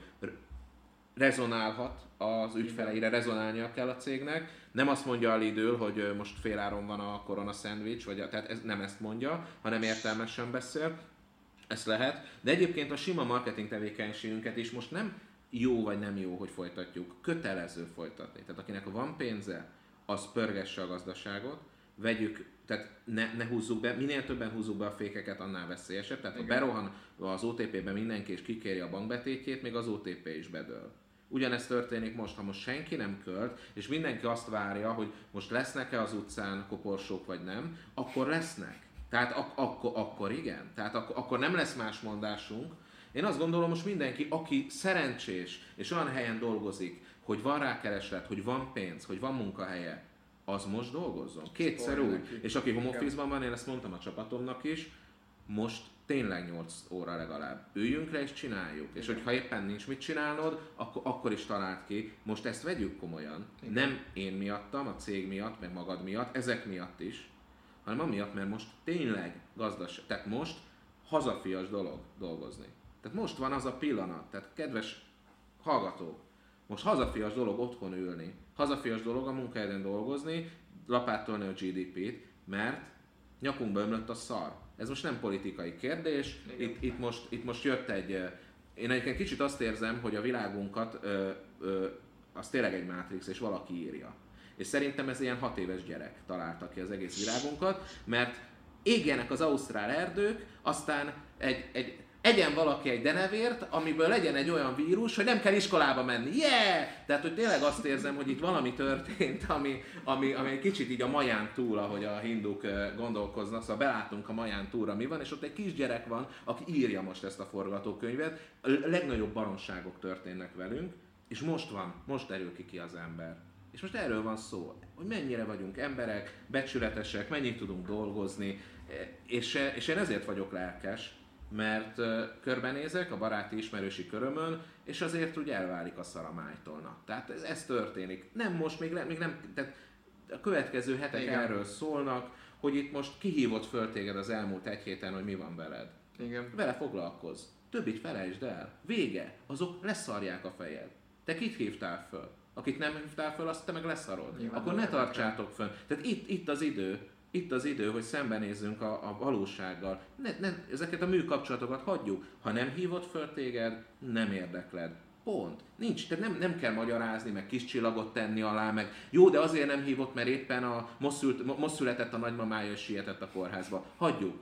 rezonálhat az ügyfeleire, rezonálnia kell a cégnek. Nem azt mondja a Lidl, hogy most féláron van a korona szendvics, vagy a, tehát ez, nem ezt mondja, hanem értelmesen beszél, ezt lehet. De egyébként a sima marketing tevékenységünket is most nem jó vagy nem jó, hogy folytatjuk, kötelező folytatni. Tehát akinek van pénze, az pörgesse a gazdaságot, vegyük, tehát ne, ne húzzuk be, minél többen húzzuk be a fékeket, annál veszélyesebb. Tehát ha berohan az o té pé-ben mindenki és kikéri a bankbetétjét, még az o té pé is bedől. Ugyanezt történik most, ha most senki nem költ, és mindenki azt várja, hogy most lesznek-e az utcán koporsók vagy nem, akkor lesznek. Tehát ak- ak- akkor igen. Tehát ak- akkor nem lesz más mondásunk. Én azt gondolom, most mindenki, aki szerencsés és olyan helyen dolgozik, hogy van rá kereslet, hogy van pénz, hogy van munkahelye, az most dolgozzon. Kétszer úgy. És aki home office-ban van, én ezt mondtam a csapatomnak is, most tényleg nyolc óra legalább. Üljünk le és csináljuk. Igen. És hogyha éppen nincs mit csinálnod, akkor, akkor is találd ki. Most ezt vegyük komolyan. Igen. Nem én miattam, a cég miatt, meg magad miatt, ezek miatt is, hanem amiatt, mert most tényleg gazdaság. Tehát most hazafias dolog dolgozni. Tehát most van az a pillanat. Tehát kedves hallgatók, most hazafias dolog otthon ülni. Hazafias dolog a munkahelyen dolgozni, lapátolni a gé dé pét, mert nyakunkba ömlött a szar. Ez most nem politikai kérdés, itt, itt, most, itt most jött egy... Én egyébként kicsit azt érzem, hogy a világunkat ö, ö, az tényleg egy mátrix, és valaki írja. És szerintem ez ilyen hat éves gyerek találta ki az egész világunkat, mert égjenek az ausztrál erdők, aztán egy, egy egyen valaki egy denevért, amiből legyen egy olyan vírus, hogy nem kell iskolába menni. Yeah! Tehát, hogy tényleg azt érzem, hogy itt valami történt, ami, ami, ami egy kicsit így a maján túl, ahogy a hinduk gondolkoznak, szóval belátunk a maján túlra mi van, és ott egy kisgyerek van, aki írja most ezt a forgatókönyvet. A legnagyobb baromságok történnek velünk, és most van, most derül ki ki az ember. És most erről van szó, hogy mennyire vagyunk emberek, becsületesek, mennyit tudunk dolgozni, és, és én ezért vagyok lelkes, mert uh, körbenézek a baráti ismerősi körömön, és azért úgy elválik a szar a májtól. Tehát ez, ez történik. Nem most, még, le, még nem, tehát a következő hetek Igen. erről szólnak, hogy itt most kihívott föl téged az elmúlt egy héten, hogy mi van veled. Igen. Vele foglalkozz. Többit felejtsd el. Vége. Azok leszarják a fejed. Te kit hívtál föl? Akit nem hívtál föl, azt te meg leszarod. Nyilván Akkor ne tartsátok fönn. Tehát itt, itt az idő, Itt az idő, hogy szembenézzünk a, a valósággal. Ne, ne, ezeket a műkapcsolatokat hagyjuk. Ha nem hívott föl téged, nem érdekled. Pont. Nincs, tehát nem, nem kell magyarázni, meg kis csillagot tenni alá, meg jó, de azért nem hívott, mert éppen a most, szült, most született a nagymamája, és sietett a kórházba. Hagyjuk.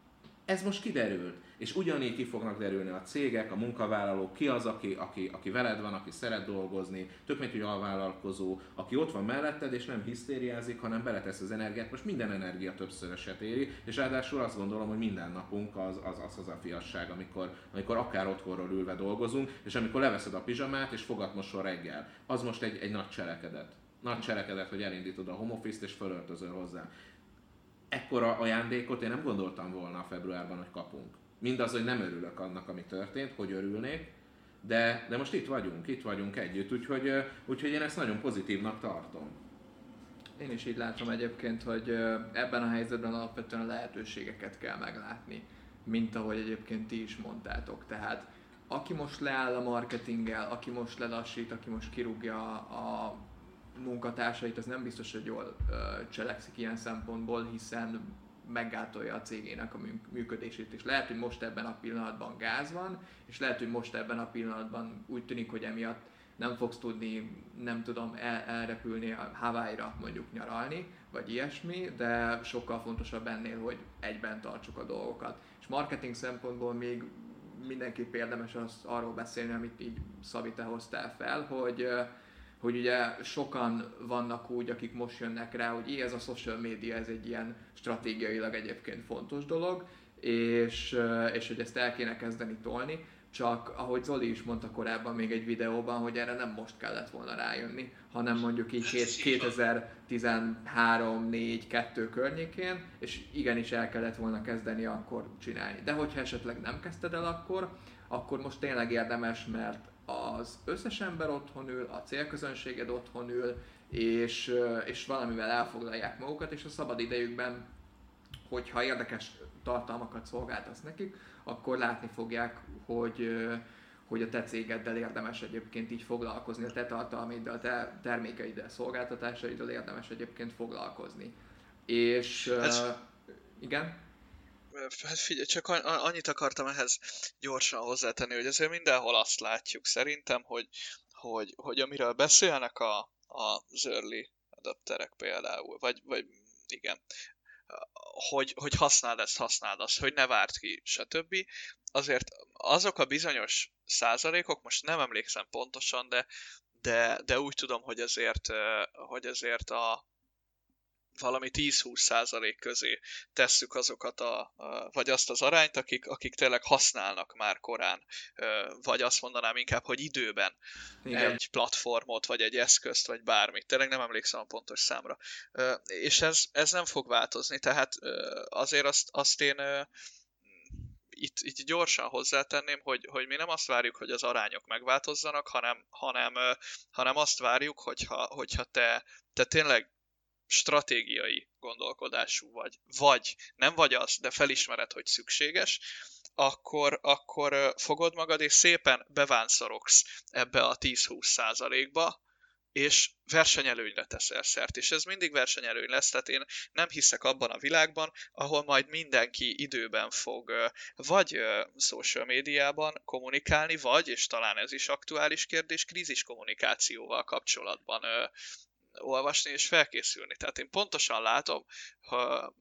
Ez most kiderült. És ugyanígy ki fognak derülni a cégek, a munkavállalók, ki az, aki, aki, aki veled van, aki szeret dolgozni, tök mint, hogy alvállalkozó, aki ott van melletted, és nem hisztériázik, hanem beletesz az energiát. Most minden energia többszöröset éri, és ráadásul azt gondolom, hogy minden napunk az az, az, az a fiasság, amikor, amikor akár otthonról ülve dolgozunk, és amikor leveszed a pizsamát, és fogat mosol reggel. Az most egy, egy nagy cselekedet. nagy cselekedet, hogy elindítod a home office-t és fölöltözöl hozzá. Ekkora ajándékot én nem gondoltam volna a februárban, hogy kapunk. Mindaz, hogy nem örülök annak, ami történt, hogy örülnék, de, de most itt vagyunk, itt vagyunk együtt, úgyhogy, úgyhogy én ezt nagyon pozitívnak tartom. Én is így látom egyébként, hogy ebben a helyzetben alapvetően a lehetőségeket kell meglátni, mint ahogy egyébként ti is mondtátok. Tehát aki most leáll a marketinggel, aki most lelassít, aki most kirúgja a munkatársait, az nem biztos, hogy jól cselekszik ilyen szempontból, hiszen meggátolja a cégének a működését is. Lehet, hogy most ebben a pillanatban gáz van, és lehet, hogy most ebben a pillanatban úgy tűnik, hogy emiatt nem fogsz tudni, nem tudom, el, elrepülni a Hawaii-ra mondjuk nyaralni, vagy ilyesmi, de sokkal fontosabb ennél, hogy egyben tartsuk a dolgokat. És marketing szempontból még mindenképp érdemes az, arról beszélni, amit így Szabi, te hoztál fel, hogy, hogy ugye sokan vannak úgy, akik most jönnek rá, hogy ez a social media, ez egy ilyen stratégiailag egyébként fontos dolog, és, és hogy ezt el kéne kezdeni tolni. Csak ahogy Zoli is mondta korábban még egy videóban, hogy erre nem most kellett volna rájönni, hanem mondjuk így kétezer-tizenhárom, négy, kettő környékén, és igenis el kellett volna kezdeni akkor csinálni. De hogyha esetleg nem kezdted el akkor, akkor most tényleg érdemes, mert az összes ember otthon ül, a célközönséged otthon ül, és, és valamivel elfoglalják magukat, és a szabad idejükben, hogyha érdekes tartalmakat szolgáltasz nekik, akkor látni fogják, hogy, hogy a te cégeddel érdemes egyébként így foglalkozni, a te tartalmaiddal, a te termékeiddel, szolgáltatásaiddal érdemes egyébként foglalkozni. És ez... uh, igen? Hát figyelj, csak annyit akartam ehhez gyorsan hozzátenni, hogy azért mindenhol azt látjuk szerintem, hogy, hogy, hogy amiről beszélnek a, a az early adapterek például, vagy, vagy igen, hogy, hogy használd ezt, használd azt, hogy ne várt ki, stb. Azért azok a bizonyos százalékok, most nem emlékszem pontosan, de, de, de úgy tudom, hogy azért, hogy azért a valami tíz-húsz százalék közé tesszük azokat a, a, vagy azt az arányt, akik, akik tényleg használnak már korán, vagy azt mondanám inkább, hogy időben igen. Egy platformot, vagy egy eszközt, vagy bármit. Tényleg nem emlékszem a pontos számra. És ez, ez nem fog változni, tehát azért azt, azt én itt, itt gyorsan hozzátenném, hogy, hogy mi nem azt várjuk, hogy az arányok megváltozzanak, hanem, hanem, hanem azt várjuk, hogyha, hogyha te, te tényleg stratégiai gondolkodású vagy, vagy nem vagy az, de felismered, hogy szükséges, akkor, akkor fogod magad és szépen bevánszorogsz ebbe a tíz-húsz százalékba, és versenyelőnyre teszel szert. És ez mindig versenyelőny lesz, tehát én nem hiszek abban a világban, ahol majd mindenki időben fog vagy social médiában kommunikálni, vagy, és talán ez is aktuális kérdés, krízis kommunikációval kapcsolatban olvasni és felkészülni. Tehát én pontosan látom, ha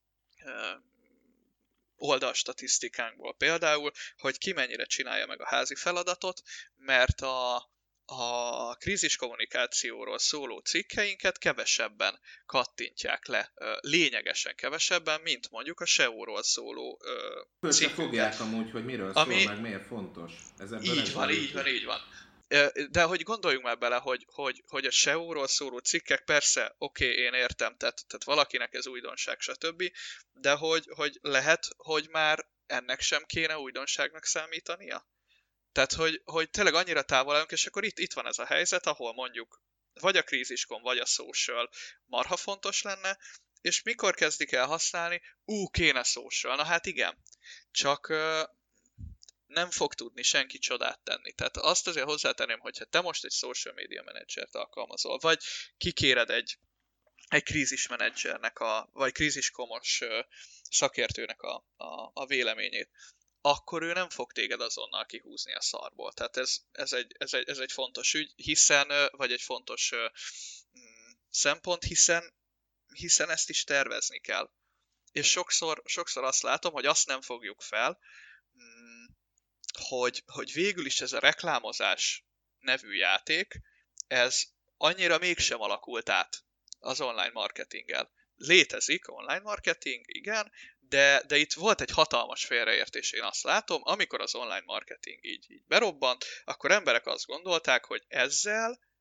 oldalstatisztikánkból például, hogy ki mennyire csinálja meg a házi feladatot, mert a, a krízis kommunikációról szóló cikkeinket kevesebben kattintják le, lényegesen kevesebben, mint mondjuk a es e o-ról szóló cikkeket. Fogják amúgy, hogy miről szól, ami... meg miért fontos. Ez így van, így van, így van. De hogy gondoljunk már bele, hogy, hogy, hogy a es e o-ról szóló cikkek, persze, oké, okay, én értem, tehát, tehát valakinek ez újdonság, stb., de hogy, hogy lehet, hogy már ennek sem kéne újdonságnak számítania? Tehát, hogy, hogy tényleg annyira távol állunk, és akkor itt, itt van ez a helyzet, ahol mondjuk vagy a kríziskon, vagy a social marha fontos lenne, és mikor kezdik el használni? Ú, kéne social. Na hát igen, csak... nem fog tudni senki csodát tenni. Tehát azt azért hozzátenném, hogyha te most egy social media menedzsert alkalmazol, vagy kikéred egy, egy krízismenedzsernek, a, vagy kríziskomos szakértőnek a, a, a véleményét, akkor ő nem fog téged azonnal kihúzni a szarból. Tehát ez, ez, egy, ez, egy, ez egy fontos ügy, hiszen, vagy egy fontos mm, szempont, hiszen, hiszen ezt is tervezni kell. És sokszor, sokszor azt látom, hogy azt nem fogjuk fel, mm, Hogy, hogy végül is ez a reklámozás nevű játék, ez annyira mégsem alakult át az online marketinggel. Létezik online marketing, igen, de, de itt volt egy hatalmas félreértés, én azt látom, amikor az online marketing így, így berobbant, akkor emberek azt gondolták, hogy ezzel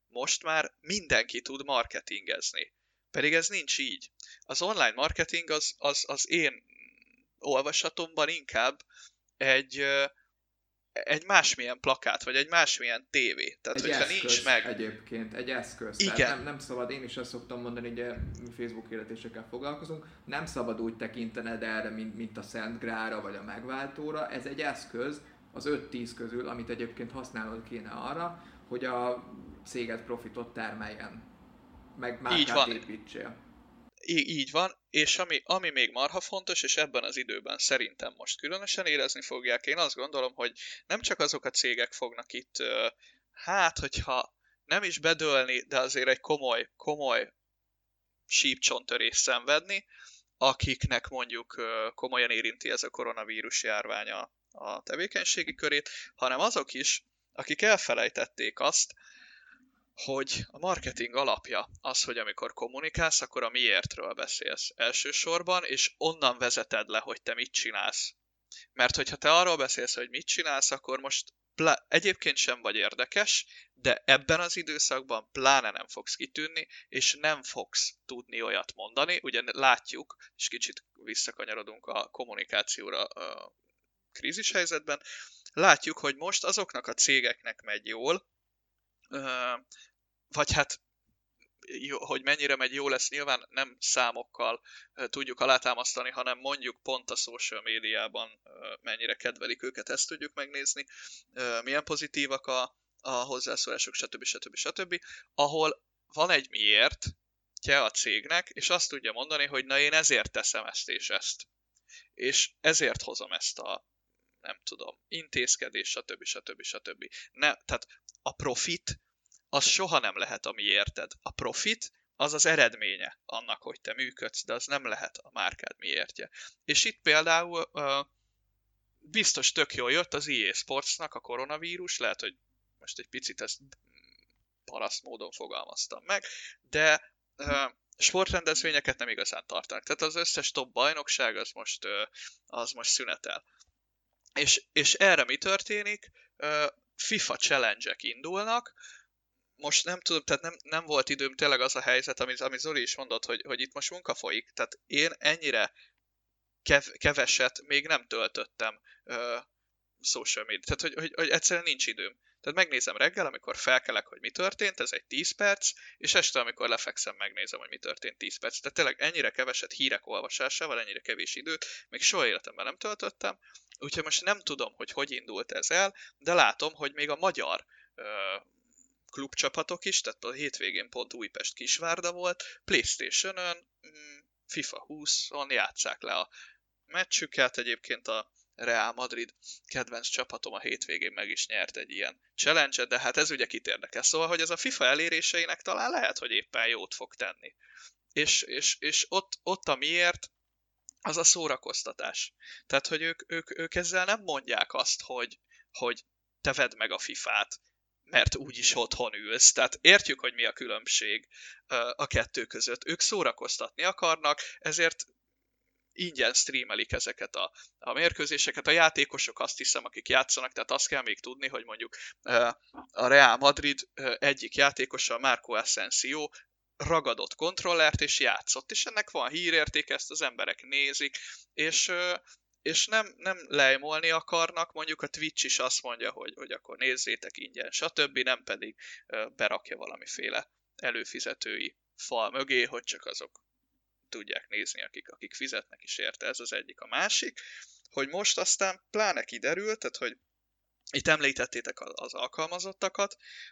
most már mindenki tud marketingezni. Pedig ez nincs így. Az online marketing az, az, az én olvasatomban inkább egy, egy másmilyen plakát, vagy egy másmilyen tévé. Tehát, egy hogyha eszköz nincs meg... egyébként, egy eszköz. Igen. Tehát nem, nem szabad, én is azt szoktam mondani, ugye mi Facebook hirdetésekkel foglalkozunk, nem szabad úgy tekintened erre, mint, mint a Szent Grálra, vagy a megváltóra. Ez egy eszköz az öt-tíz közül, amit egyébként használnod kéne arra, hogy a céged profitot termeljen, meg márkát építsél. Í- így van, és ami, ami még marha fontos, és ebben az időben szerintem most különösen érezni fogják, én azt gondolom, hogy nem csak azok a cégek fognak itt, hát, hogyha nem is bedőlni, de azért egy komoly, komoly sípcsontörést szenvedni, akiknek mondjuk komolyan érinti ez a koronavírus járvány a, a tevékenységi körét, hanem azok is, akik elfelejtették azt, hogy a marketing alapja az, hogy amikor kommunikálsz, akkor a miértről beszélsz elsősorban, és onnan vezeted le, hogy te mit csinálsz. Mert hogyha te arról beszélsz, hogy mit csinálsz, akkor most plá- egyébként sem vagy érdekes, de ebben az időszakban pláne nem fogsz kitűnni, és nem fogsz tudni olyat mondani. Ugye látjuk, és kicsit visszakanyarodunk a kommunikációra a krízis helyzetben, látjuk, hogy most azoknak a cégeknek megy jól, vagy hát, hogy mennyire megy jó lesz, nyilván nem számokkal tudjuk alátámasztani, hanem mondjuk pont a social médiában mennyire kedvelik őket, ezt tudjuk megnézni, milyen pozitívak a, a hozzászólások, stb. stb. stb. Ahol van egy miért a cégnek, és azt tudja mondani, hogy na én ezért teszem ezt és ezt. És ezért hozom ezt a, nem tudom, intézkedés, stb. stb. stb. Ne, tehát a profit az soha nem lehet a miérted. A profit az az eredménye annak, hogy te működsz, de az nem lehet a márkád miértje. És itt például uh, biztos tök jól jött az í á Sportsnak a koronavírus, lehet, hogy most egy picit ezt paraszt módon fogalmaztam meg, de uh, sportrendezvényeket nem igazán tartanak. Tehát az összes top bajnokság az most, uh, az most szünetel. És, és erre mi történik? Uh, FIFA challenge-ek indulnak. Most nem tudom, tehát nem, nem volt időm, tényleg az a helyzet, amit, amit Zoli is mondott, hogy, hogy itt most munka folyik. Tehát én ennyire kev, keveset még nem töltöttem uh, social media. Tehát, hogy, hogy, hogy egyszerűen nincs időm. Tehát megnézem reggel, amikor felkelek, hogy mi történt, ez egy tíz perc, és este, amikor lefekszem, megnézem, hogy mi történt tíz perc. Tehát tényleg ennyire keveset hírek olvasásával, ennyire kevés időt, még soha életemben nem töltöttem. Úgyhogy most nem tudom, hogy hogy indult ez el, de látom, hogy még a magyar uh, klubcsapatok is, tehát a hétvégén pont Újpest Kisvárda volt, PlayStation-ön, FIFA húszon játsszák le a meccsüket, egyébként a Real Madrid kedvenc csapatom a hétvégén meg is nyert egy ilyen challenge-et, de hát ez ugye kit érdekel. Szóval, hogy ez a FIFA eléréseinek talán lehet, hogy éppen jót fog tenni. És, és, és ott, ott a miért, az a szórakoztatás. Tehát, hogy ők, ők, ők ezzel nem mondják azt, hogy, hogy te vedd meg a fifát, mert úgyis otthon ülsz. Tehát értjük, hogy mi a különbség a kettő között. Ők szórakoztatni akarnak, ezért ingyen streamelik ezeket a, a mérkőzéseket. A játékosok azt hiszem, akik játszanak, tehát azt kell még tudni, hogy mondjuk a Real Madrid egyik játékosa, Marco Asensio, ragadott kontrollert és játszott, és ennek van hírértéke, ezt az emberek nézik, és, és nem, nem lejmolni akarnak, mondjuk a Twitch is azt mondja, hogy, hogy akkor nézzétek ingyen, stb., nem pedig berakja valamiféle előfizetői fal mögé, hogy csak azok tudják nézni, akik, akik fizetnek is érte, ez az egyik. A másik, hogy most aztán pláne kiderült, tehát hogy itt említettétek az alkalmazottakat,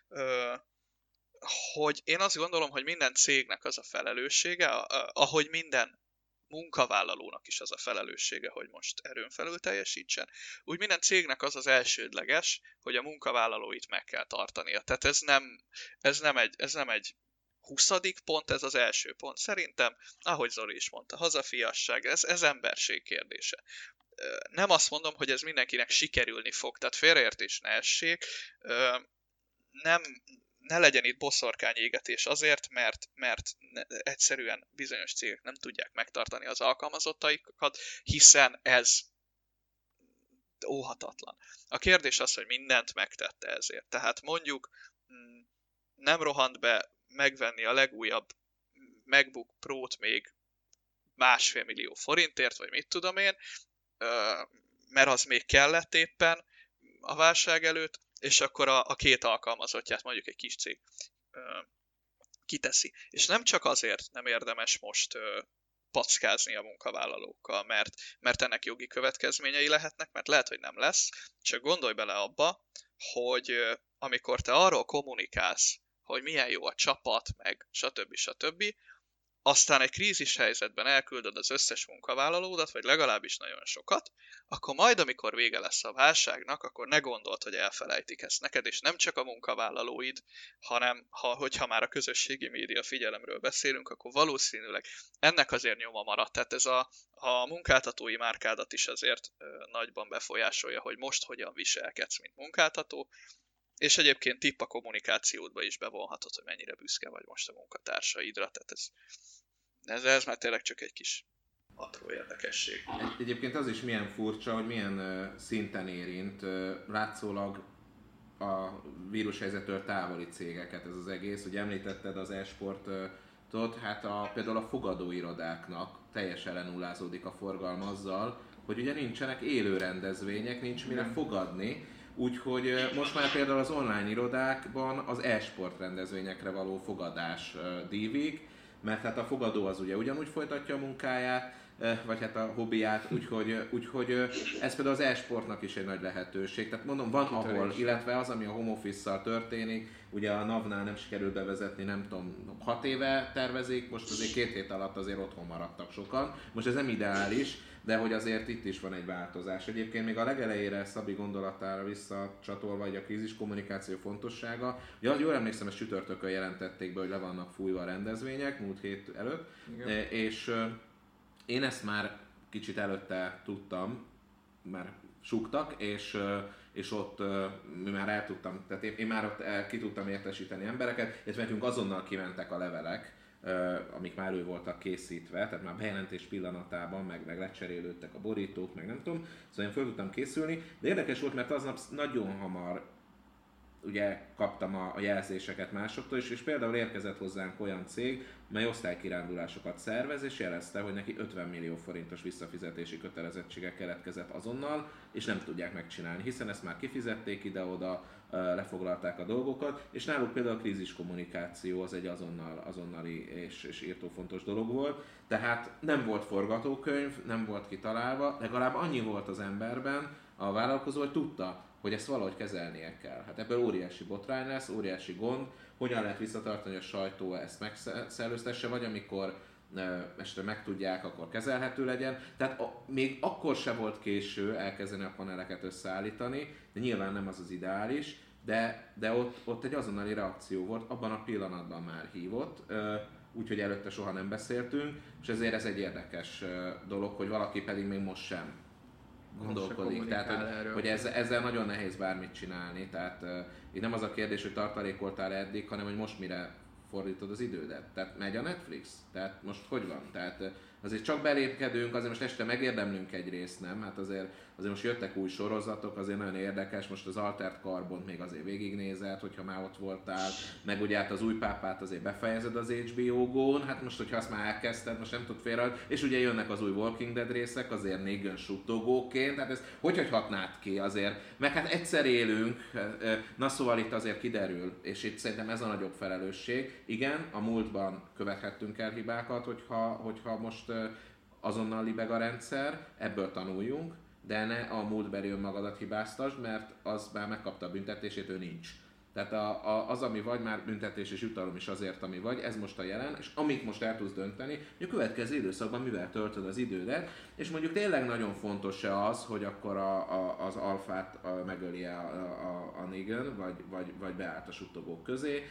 hogy én azt gondolom, hogy minden cégnek az a felelőssége, ahogy minden munkavállalónak is az a felelőssége, hogy most erőn felül teljesítsen, úgy minden cégnek az az elsődleges, hogy a munkavállalóit meg kell tartania. Tehát ez nem, ez nem egy, ez nem egy huszadik pont, ez az első pont. Szerintem, ahogy Zoli is mondta, hazafiasság, ez, ez emberség kérdése. Nem azt mondom, hogy ez mindenkinek sikerülni fog, tehát félreértés ne essék, nem, ne legyen itt boszorkányégetés azért, mert, mert egyszerűen bizonyos cégek nem tudják megtartani az alkalmazottaikat, hiszen ez óhatatlan. A kérdés az, hogy mindent megtette ezért. Tehát mondjuk nem rohant be megvenni a legújabb MacBook Pro-t még másfél millió forintért, vagy mit tudom én, mert az még kellett éppen a válság előtt, és akkor a, a két alkalmazottját, mondjuk egy kis cég kiteszi. És nem csak azért nem érdemes most packázni a munkavállalókkal, mert, mert ennek jogi következményei lehetnek, mert lehet, hogy nem lesz, csak gondolj bele abba, hogy amikor te arról kommunikálsz, hogy milyen jó a csapat, meg stb. stb., aztán egy krízis helyzetben elküldöd az összes munkavállalódat, vagy legalábbis nagyon sokat, akkor majd, amikor vége lesz a válságnak, akkor ne gondold, hogy elfelejtik ezt neked, és nem csak a munkavállalóid, hanem ha, hogyha már a közösségi média figyelemről beszélünk, akkor valószínűleg ennek azért nyoma maradt. Tehát ez a, a munkáltatói márkádat is azért ö, nagyban befolyásolja, hogy most hogyan viselkedsz, mint munkáltató, és egyébként tipp a kommunikációdba is bevonhatod, hogy mennyire büszke vagy most a munkatársaidra, tehát ez, ez, ez már tényleg csak egy kis apró érdekesség. Egy, egyébként az is milyen furcsa, hogy milyen uh, szinten érint uh, látszólag a vírushelyzettől távoli cégeket ez az egész. Ugye említetted az e-sportot, hát a, például a fogadóirodáknak teljesen lenullázódik a forgalma azzal, hogy ugye nincsenek élő rendezvények, nincs mire fogadni. Úgyhogy most már például az online irodákban az e-sport rendezvényekre való fogadás dívik, mert hát a fogadó az ugye ugyanúgy folytatja a munkáját, vagy hát a hobbiját, úgyhogy, úgyhogy ez például az e-sportnak is egy nagy lehetőség. Tehát mondom, van ahol, illetve az, ami a home office-szal történik, ugye a NAV-nál nem sikerült bevezetni, nem tudom, hat éve tervezik, most azért két hét alatt azért otthon maradtak sokan. Most ez nem ideális, de hogy azért itt is van egy változás. Egyébként még a legelejére Szabi gondolatára visszacsatolva, hogy a krízis kommunikáció fontossága. Ugye jól emlékszem, ezt csütörtökön jelentették be, hogy le vannak fújva a rendezvények, múlt hét előtt. Igen. És én ezt már kicsit előtte tudtam, mert súgtak, és, és ott mi már el tudtam, tehát én, én már ott el, ki tudtam értesíteni embereket, és nekünk azonnal kimentek a levelek, amik már elő voltak készítve, tehát már bejelentés pillanatában, meg, meg lecserélődtek a borítók, meg nem tudom, szóval én fel tudtam készülni, de érdekes volt, mert aznap nagyon hamar ugye kaptam a, a jelzéseket másoktól, és, és például érkezett hozzánk olyan cég, mely osztálykirándulásokat szervez, és jelezte, hogy neki ötven millió forintos visszafizetési kötelezettsége keletkezett azonnal, és nem tudják megcsinálni, hiszen ezt már kifizették ide-oda, lefoglalták a dolgokat, és náluk például a krízis kommunikáció az egy azonnal, azonnali és, és írtó fontos dolog volt, tehát nem volt forgatókönyv, nem volt kitalálva, legalább annyi volt az emberben, a vállalkozó, hogy tudta, hogy ezt valahogy kezelnie kell. Hát ebből óriási botrány lesz, óriási gond, hogyan lehet visszatartani, hogy a sajtó ezt megszellőztesse, vagy amikor este megtudják, akkor kezelhető legyen. Tehát a, még akkor se volt késő elkezdeni a paneleket összeállítani, de nyilván nem az az ideális, de, de ott, ott egy azonnali reakció volt, abban a pillanatban már hívott, úgyhogy előtte soha nem beszéltünk, és ezért ez egy érdekes dolog, hogy valaki pedig még most sem gondolkodik, tehát hogy, hogy ezzel, ezzel nagyon nehéz bármit csinálni, tehát uh, itt nem az a kérdés, hogy tartalékoltál eddig, hanem hogy most mire fordítod az idődet. Tehát megy a Netflix? Tehát most hogy van? Tehát uh, azért csak belépkedünk, azért most este megérdemlünk egy részt, nem? Hát azért, azért most jöttek új sorozatok, azért nagyon érdekes, most az Altered Carbont még azért végignézed, hogyha már ott voltál, meg ugye hát az új pápát azért befejezed az há bé o Go-n, hát most hogyha azt már elkezdted, most nem tud félre, és ugye jönnek az új Walking Dead részek, azért Negan suttogóként, tehát ezt hogy hagyhatnád ki azért, meg hát egyszer élünk, na szóval itt azért kiderül, és itt szerintem ez a nagyobb felelősség. Igen, a múltban követhettünk el hibákat, hogyha, hogyha most azonnal libeg a rendszer, ebből tanuljunk, de ne a múltbeli önmagadat hibáztasd, mert az már megkapta a büntetését, ő nincs. Tehát a, a, az, ami vagy, már büntetés és jutalom is azért, ami vagy, ez most a jelen, és amit most el tudsz dönteni, hogy a következő időszakban mivel töltöd az idődet, és mondjuk tényleg nagyon fontos-e az, hogy akkor a, a, az alfát a, megöli a, a, a Negan, vagy, vagy, vagy beállt a suttogók közé.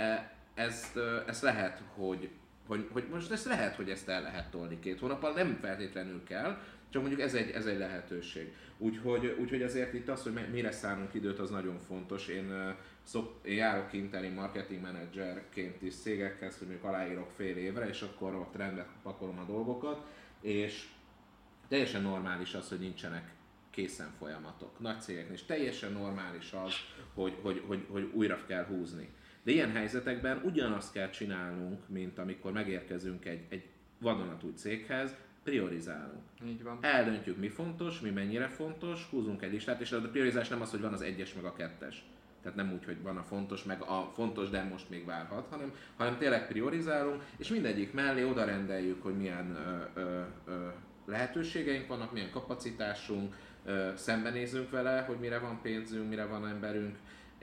Ezt, ezt lehet, hogy, hogy, hogy most ezt lehet, hogy ezt el lehet tolni két hónappal, nem feltétlenül kell, csak mondjuk ez egy, ez egy lehetőség. Úgyhogy, úgyhogy azért itt az, hogy mire szánunk időt, az nagyon fontos. Én, szok, én járok interim marketing managerként is cégekhez, hogy mondjuk aláírok fél évre, és akkor ott rendbe pakolom a dolgokat, és teljesen normális az, hogy nincsenek készen folyamatok. Nagy cégeknél is teljesen normális az, hogy, hogy, hogy, hogy újra kell húzni. De ilyen helyzetekben ugyanazt kell csinálnunk, mint amikor megérkezünk egy, egy vadonatúj céghez, priorizálunk. Így van. Eldöntjük, mi fontos, mi mennyire fontos, húzunk egy listát, és a priorizás nem az, hogy van az egyes meg a kettes. Tehát nem úgy, hogy van a fontos, meg a fontos, de most még várhat, hanem, hanem tényleg priorizálunk, és mindegyik mellé oda rendeljük, hogy milyen ö, ö, ö, lehetőségeink vannak, milyen kapacitásunk, ö, szembenézünk vele, hogy mire van pénzünk, mire van emberünk,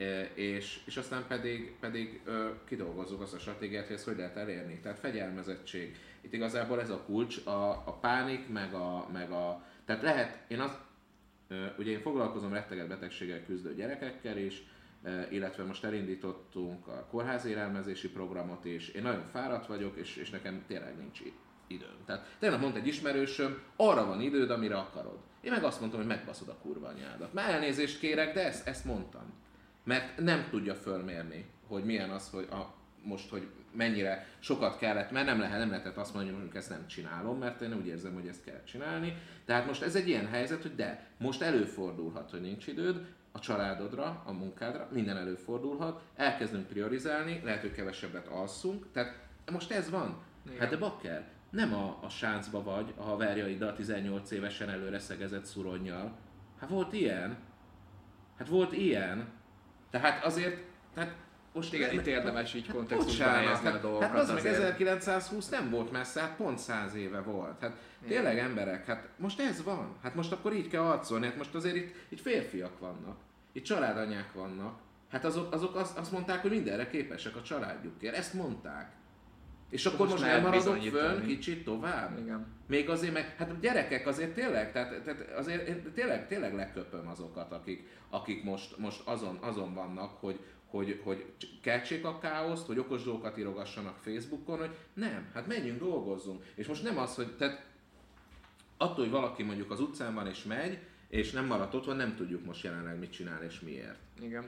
és, és aztán pedig, pedig ö, kidolgozzuk azt a stratégiát, hogy ezt hogy lehet elérni. Tehát fegyelmezettség. Itt igazából ez a kulcs, a, a pánik, meg a, meg a... Tehát lehet, én az, ö, ugye én foglalkozom retteget betegséggel küzdő gyerekekkel is, ö, illetve most elindítottunk a kórházi élelmezési programot is. Én nagyon fáradt vagyok, és, és nekem tényleg nincs időm. Tehát tényleg mondta egy ismerősöm, arra van időd, amire akarod. Én meg azt mondtam, hogy megbaszod a kurva anyádat. Már elnézést kérek, de ezt, ezt mondtam. Mert nem tudja fölmérni, hogy milyen az, hogy a, most, hogy mennyire sokat kellett, mert nem, lehet, nem lehetett azt mondani, hogy ezt nem csinálom, mert én úgy érzem, hogy ezt kell csinálni. Tehát most ez egy ilyen helyzet, hogy de, most előfordulhat, hogy nincs időd, a családodra, a munkádra, minden előfordulhat, elkezdünk priorizálni, lehet, hogy kevesebbet alszunk, tehát most ez van. Igen. Hát de bakker, nem a, a sáncba vagy a haverjaiddal tizennyolc évesen előre szegezett szuronnyal. Hát volt ilyen. Hát volt ilyen. Tehát azért, tehát most igen, itt érdemes így kontextusban helyezni a dolgokat. Hát az meg ezerkilencszázhúsz nem volt messze, hát pont száz éve volt. Hát igen. Tényleg emberek, hát most ez van. Hát most akkor így kell arcolni, hát most azért itt, itt férfiak vannak, itt családanyák vannak. Hát azok, azok azt, azt mondták, hogy mindenre képesek a családjukért, ezt mondták. És akkor most, most nem maradok fönn kicsit tovább? Igen. Még azért meg, hát a gyerekek azért tényleg, tehát, tehát azért én tényleg, tényleg leköpöm azokat, akik, akik most, most azon, azon vannak, hogy, hogy, hogy keltsék a káoszt, hogy okos dolgokat írogassanak Facebookon, hogy nem, hát menjünk, dolgozzunk. És most nem az, hogy tehát attól, hogy valaki mondjuk az utcán van és megy, és nem maradt otthon, nem tudjuk most jelenleg mit csinál és miért. Igen.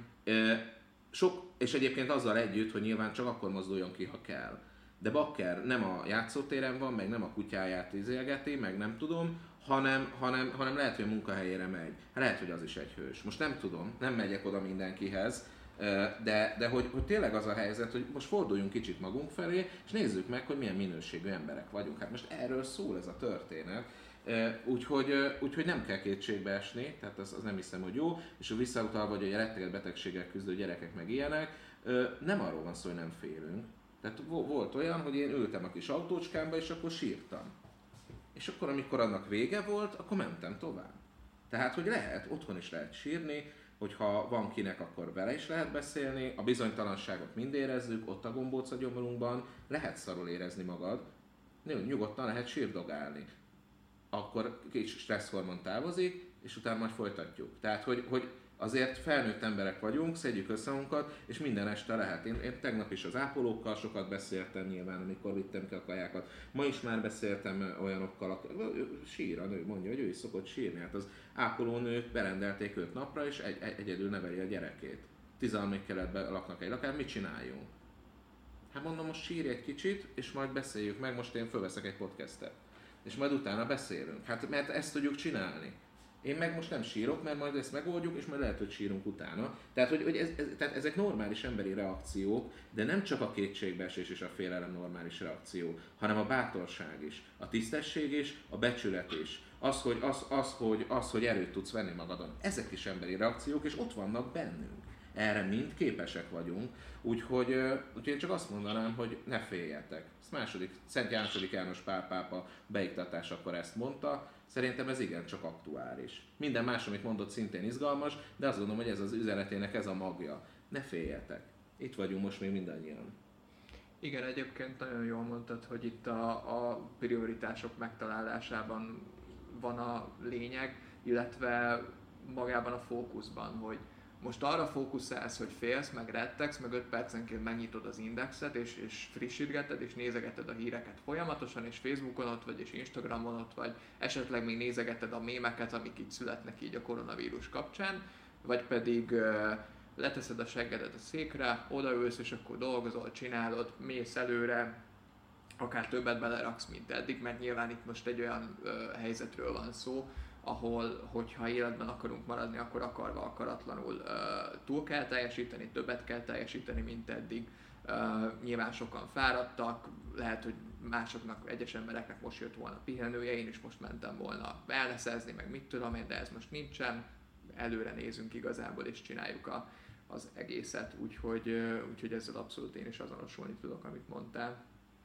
Sok, és egyébként azzal együtt, hogy nyilván csak akkor mozduljon ki, ha kell. De bakker nem a játszótéren van, meg nem a kutyáját izélgeti, meg nem tudom, hanem, hanem, hanem lehet, hogy a munkahelyére megy. Lehet, hogy az is egy hős. Most nem tudom, nem megyek oda mindenkihez, de, de hogy, hogy tényleg az a helyzet, hogy most forduljunk kicsit magunk felé, és nézzük meg, hogy milyen minőségű emberek vagyunk. Hát most erről szól ez a történet. Úgyhogy, úgyhogy nem kell kétségbe esni, tehát az, az nem hiszem, hogy jó, és visszautalva, hogy a retteget betegséggel küzdő gyerekek meg ilyenek, nem arról van szó, hogy nem félünk. Tehát volt olyan, hogy én ültem a kis autócskámba, és akkor sírtam. És akkor, amikor annak vége volt, akkor mentem tovább. Tehát, hogy lehet, otthon is lehet sírni, hogyha van kinek, akkor vele is lehet beszélni, a bizonytalanságot mind érezzük, ott a gombóc a gyomrunkban, lehet szarul érezni magad, nyugodtan lehet sírdogálni. Akkor kis stresszhormon távozik, és utána majd folytatjuk. Tehát, hogy, hogy azért felnőtt emberek vagyunk, szedjük össze magunkat, és minden este lehet. Én, én tegnap is az ápolókkal sokat beszéltem nyilván, amikor vittem ki a kajákat. Ma is már beszéltem olyanokkal, akik sír a nő, mondja, hogy ő is szokott sírni. Hát az ápolónők berendelték őt napra, és egy, egy, egyedül neveli a gyerekét. Tizenhalom kerületben laknak egy lakásban, mit csináljunk? Hát mondom, most sírj egy kicsit, és majd beszéljük meg, most én fölveszek egy podcastet. És majd utána beszélünk. Hát mert ezt tudjuk csinálni. Én meg most nem sírok, mert majd ezt megoldjuk, és majd lehet, hogy sírunk utána. Tehát, hogy, hogy ez, ez, tehát ezek normális emberi reakciók, de nem csak a kétségbeesés és a félelem normális reakció, hanem a bátorság is, a tisztesség is, a becsület is. Az, hogy, az, az, hogy, az, hogy erőt tudsz venni magadon. Ezek is emberi reakciók, és ott vannak bennünk. Erre mind képesek vagyunk, úgyhogy, úgyhogy én csak azt mondanám, hogy ne féljetek. Ezt második, Szent második János Pál pápa beiktatásakor ezt mondta, szerintem ez igencsak aktuális. Minden más, amit mondott, szintén izgalmas, de azt gondolom, hogy ez az üzenetének ez a magja. Ne féljetek. Itt vagyunk most még mindannyian. Igen, egyébként nagyon jól mondtad, hogy itt a, a prioritások megtalálásában van a lényeg, illetve magában a fókuszban, hogy most arra fókuszálsz, hogy félsz, meg rettegsz, meg öt percenként megnyitod az indexet, és, és frissítgeted, és nézegeted a híreket folyamatosan, és Facebookon ott vagy, és Instagramon ott vagy, esetleg még nézegeted a mémeket, amik így születnek így a koronavírus kapcsán, vagy pedig uh, leteszed a seggedet a székre, odaülsz, és akkor dolgozol, csinálod, mész előre, akár többet beleraksz, mint eddig, mert nyilván itt most egy olyan uh, helyzetről van szó, ahol, hogyha életben akarunk maradni, akkor akarva akaratlanul uh, túl kell teljesíteni, többet kell teljesíteni, mint eddig. Uh, nyilván sokan fáradtak, lehet, hogy másoknak, egyes embereknek most jött volna pihenője, én is most mentem volna wellnessezni, meg mit tudom én, de ez most nincsen. Előre nézünk igazából, és csináljuk a, az egészet, úgyhogy, uh, úgyhogy ezzel abszolút én is azonosulni tudok, amit mondtál.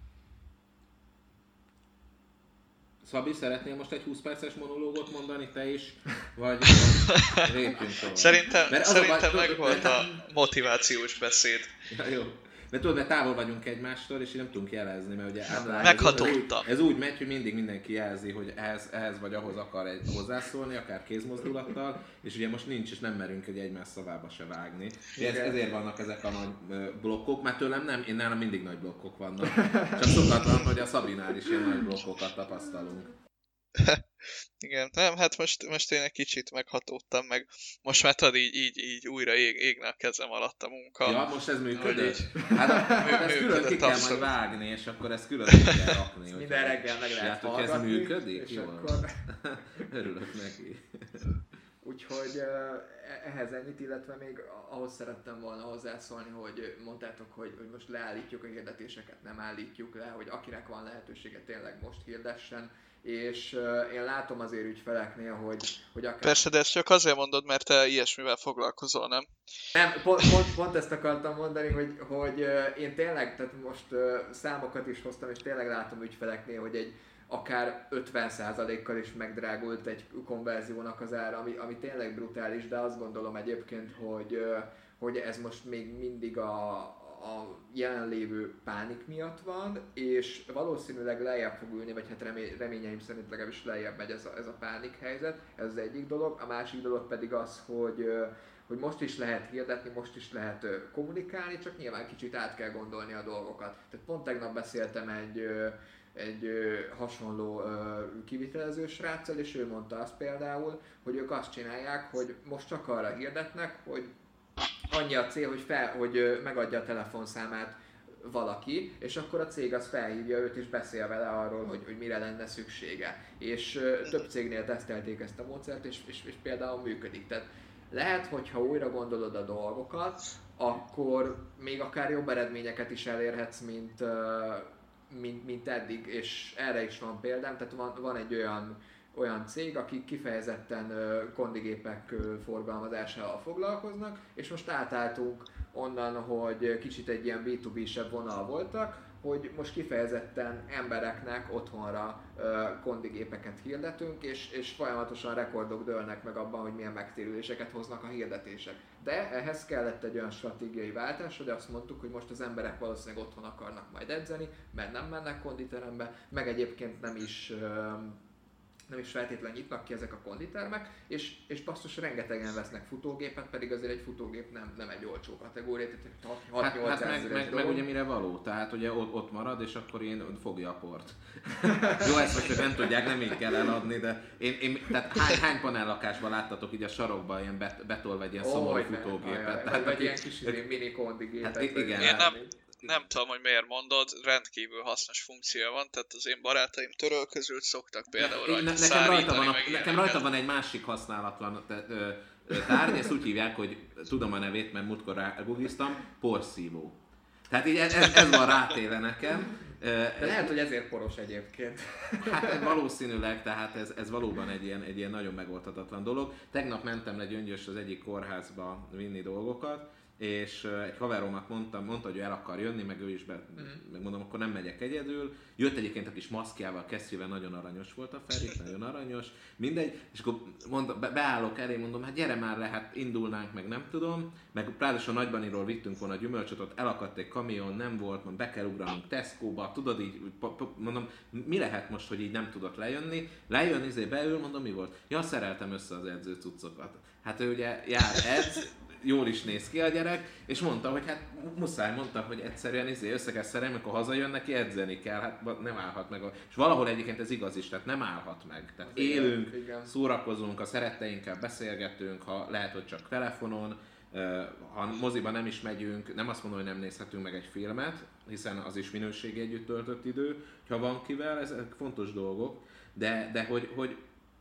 Szabi, szeretnél most egy húsz perces monológot mondani, te is? Vagy lépjünk tovább? Szerintem, Mert szerintem a, meg volt a motivációs beszéd. Ja, jó. Mert tudod, mert távol vagyunk egymástól, és így nem tudunk jelezni, mert ugye általában meghatódtam. Ez, ez úgy megy, hogy mindig mindenki jelzi, hogy ehhez, ehhez vagy ahhoz akar egy hozzászólni, akár kézmozdulattal, és ugye most nincs, és nem merünk egy egymás szavába se vágni. Ez, ezért vannak ezek a nagy blokkok, mert tőlem nem, én nálam mindig nagy blokkok vannak. Csak szokatlan, hogy a Szabinál is ilyen nagy blokkokat tapasztalunk. Igen, nem, hát most, most én egy kicsit meghatódtam, meg most már tudod, így, így, így újra ég, égne a kezem alatt a munka. Ja, most ez működött? Így, hát a, ezt külön ki kell abszolút. majd vágni, és akkor ezt külön ki kell rakni. Minden reggel meg lehet hallgatni. Ez működik? És Jó. akkor... Örülök neki. Úgyhogy ehhez ennyit, illetve még ahhoz szerettem volna hozzászólni, hogy mondtátok, hogy, hogy most leállítjuk a hirdetéseket, nem állítjuk le, hogy akinek van lehetősége tényleg most hirdessen. És uh, én látom azért ügyfeleknél, hogy, hogy akár... Persze, de ezt csak azért mondod, mert te ilyesmivel foglalkozol, nem? Nem, pont, pont, pont ezt akartam mondani, hogy, hogy uh, én tényleg, tehát most uh, számokat is hoztam, és tényleg látom ügyfeleknél, hogy egy akár ötven százalékkal is megdrágult egy konverziónak az ára, ami, ami tényleg brutális, de azt gondolom egyébként, hogy, uh, hogy ez most még mindig a, a jelenlévő pánik miatt van, és valószínűleg lejjebb fog ülni, vagy hát remény, reményeim szerint legalábbis lejjebb megy ez a, ez a pánik helyzet, ez az egyik dolog. A másik dolog pedig az, hogy, hogy most is lehet hirdetni, most is lehet kommunikálni, csak nyilván kicsit át kell gondolni a dolgokat. Tehát pont tegnap beszéltem egy, egy hasonló kivitelező sráccal, és ő mondta azt például, hogy ők azt csinálják, hogy most csak arra hirdetnek, hogy annyi a cél, hogy, fel, hogy megadja a telefonszámát valaki, és akkor a cég az felhívja őt és beszél vele arról, hogy, hogy mire lenne szüksége. És uh, több cégnél tesztelték ezt a módszert, és, és, és például működik. Tehát lehet, hogyha újra gondolod a dolgokat, akkor még akár jobb eredményeket is elérhetsz, mint, uh, mint, mint eddig, és erre is van példám. Tehát van, van egy olyan olyan cég, akik kifejezetten kondigépek forgalmazásával foglalkoznak, és most átálltunk onnan, hogy kicsit egy ilyen bé kettő bé-sebb vonal voltak, hogy most kifejezetten embereknek otthonra kondigépeket hirdetünk, és, és folyamatosan rekordok dőlnek meg abban, hogy milyen megtérüléseket hoznak a hirdetések. De ehhez kellett egy olyan stratégiai váltás, hogy azt mondtuk, hogy most az emberek valószínűleg otthon akarnak majd edzeni, mert nem mennek konditerembe, meg egyébként nem is nem is feltétlenül nyitnak ki ezek a konditermek, és, és basszus rengetegen vesznek futógépet, pedig azért egy futógép nem, nem egy olcsó kategória, tehát hat-nyolc hát, hát meg, meg, meg ugye mire való, tehát ugye ott, ott marad, és akkor én fogja a port. Jó, ezt most nem tudják, nem így kell eladni, de én, én tehát hány, hány panellakásban láttatok így a sarokban ilyen bet, betolva egy ilyen oh, szomorú futógépet. Tehát, vagy ilyen kis mini kondigépet. Hát igen. Én nem, nem tudom, hogy miért mondod, rendkívül hasznos funkció van, tehát az én barátaim törölközőt szoktak például rajta ne, nekem rajta, van a, nekem rajta van egy másik használatlan tárgy, ezt úgy hívják, hogy tudom a nevét, mert múltkor rágoogliztam, porszívó. Tehát így ez, ez van rátéve nekem. De lehet, hogy ezért poros egyébként. Hát valószínűleg, tehát ez, ez valóban egy ilyen, egy ilyen nagyon megoldhatatlan dolog. Tegnap mentem le Gyöngyös az egyik kórházba vinni dolgokat, és egy haveromat mondtam, mondta, hogy ő el akar jönni, meg ő is be, mm. megmondom, akkor nem megyek egyedül. Jött egyébként a kis maszkjával, kesztyűvel, nagyon aranyos volt a Feri, nagyon aranyos, mindegy, és akkor mondom, be, beállok elé, mondom, hát gyere már le, hát indulnánk, meg nem tudom, meg ráadásul Nagybaniról vittünk volna gyümölcsöt, ott elakadt egy kamion, nem volt, mondom, be kell ugranunk Tesco-ba, tudod így, mondom, mi lehet most, hogy így nem tudott lejönni, lejön, izé beül, mondom, mi volt? Ja, szereltem össze az edző cuccokat. Hát ő ugye jár edz, jól is néz ki a gyerek, és mondta, hogy hát muszáj, mondta, hogy egyszerűen izé össze kell szerelni, amikor hazajön, neki edzeni kell, hát nem állhat meg. És valahol egyébként ez igaz is, tehát nem állhat meg. Tehát az élünk, igen, igen. Szórakozunk, a szeretteinkkel beszélgetünk, ha lehet, hogy csak telefonon, ha moziba nem is megyünk, nem azt mondom, hogy nem nézhetünk meg egy filmet, hiszen az is minőségi együtt töltött idő, ha van kivel, ezek fontos dolgok, de, de hogy, hogy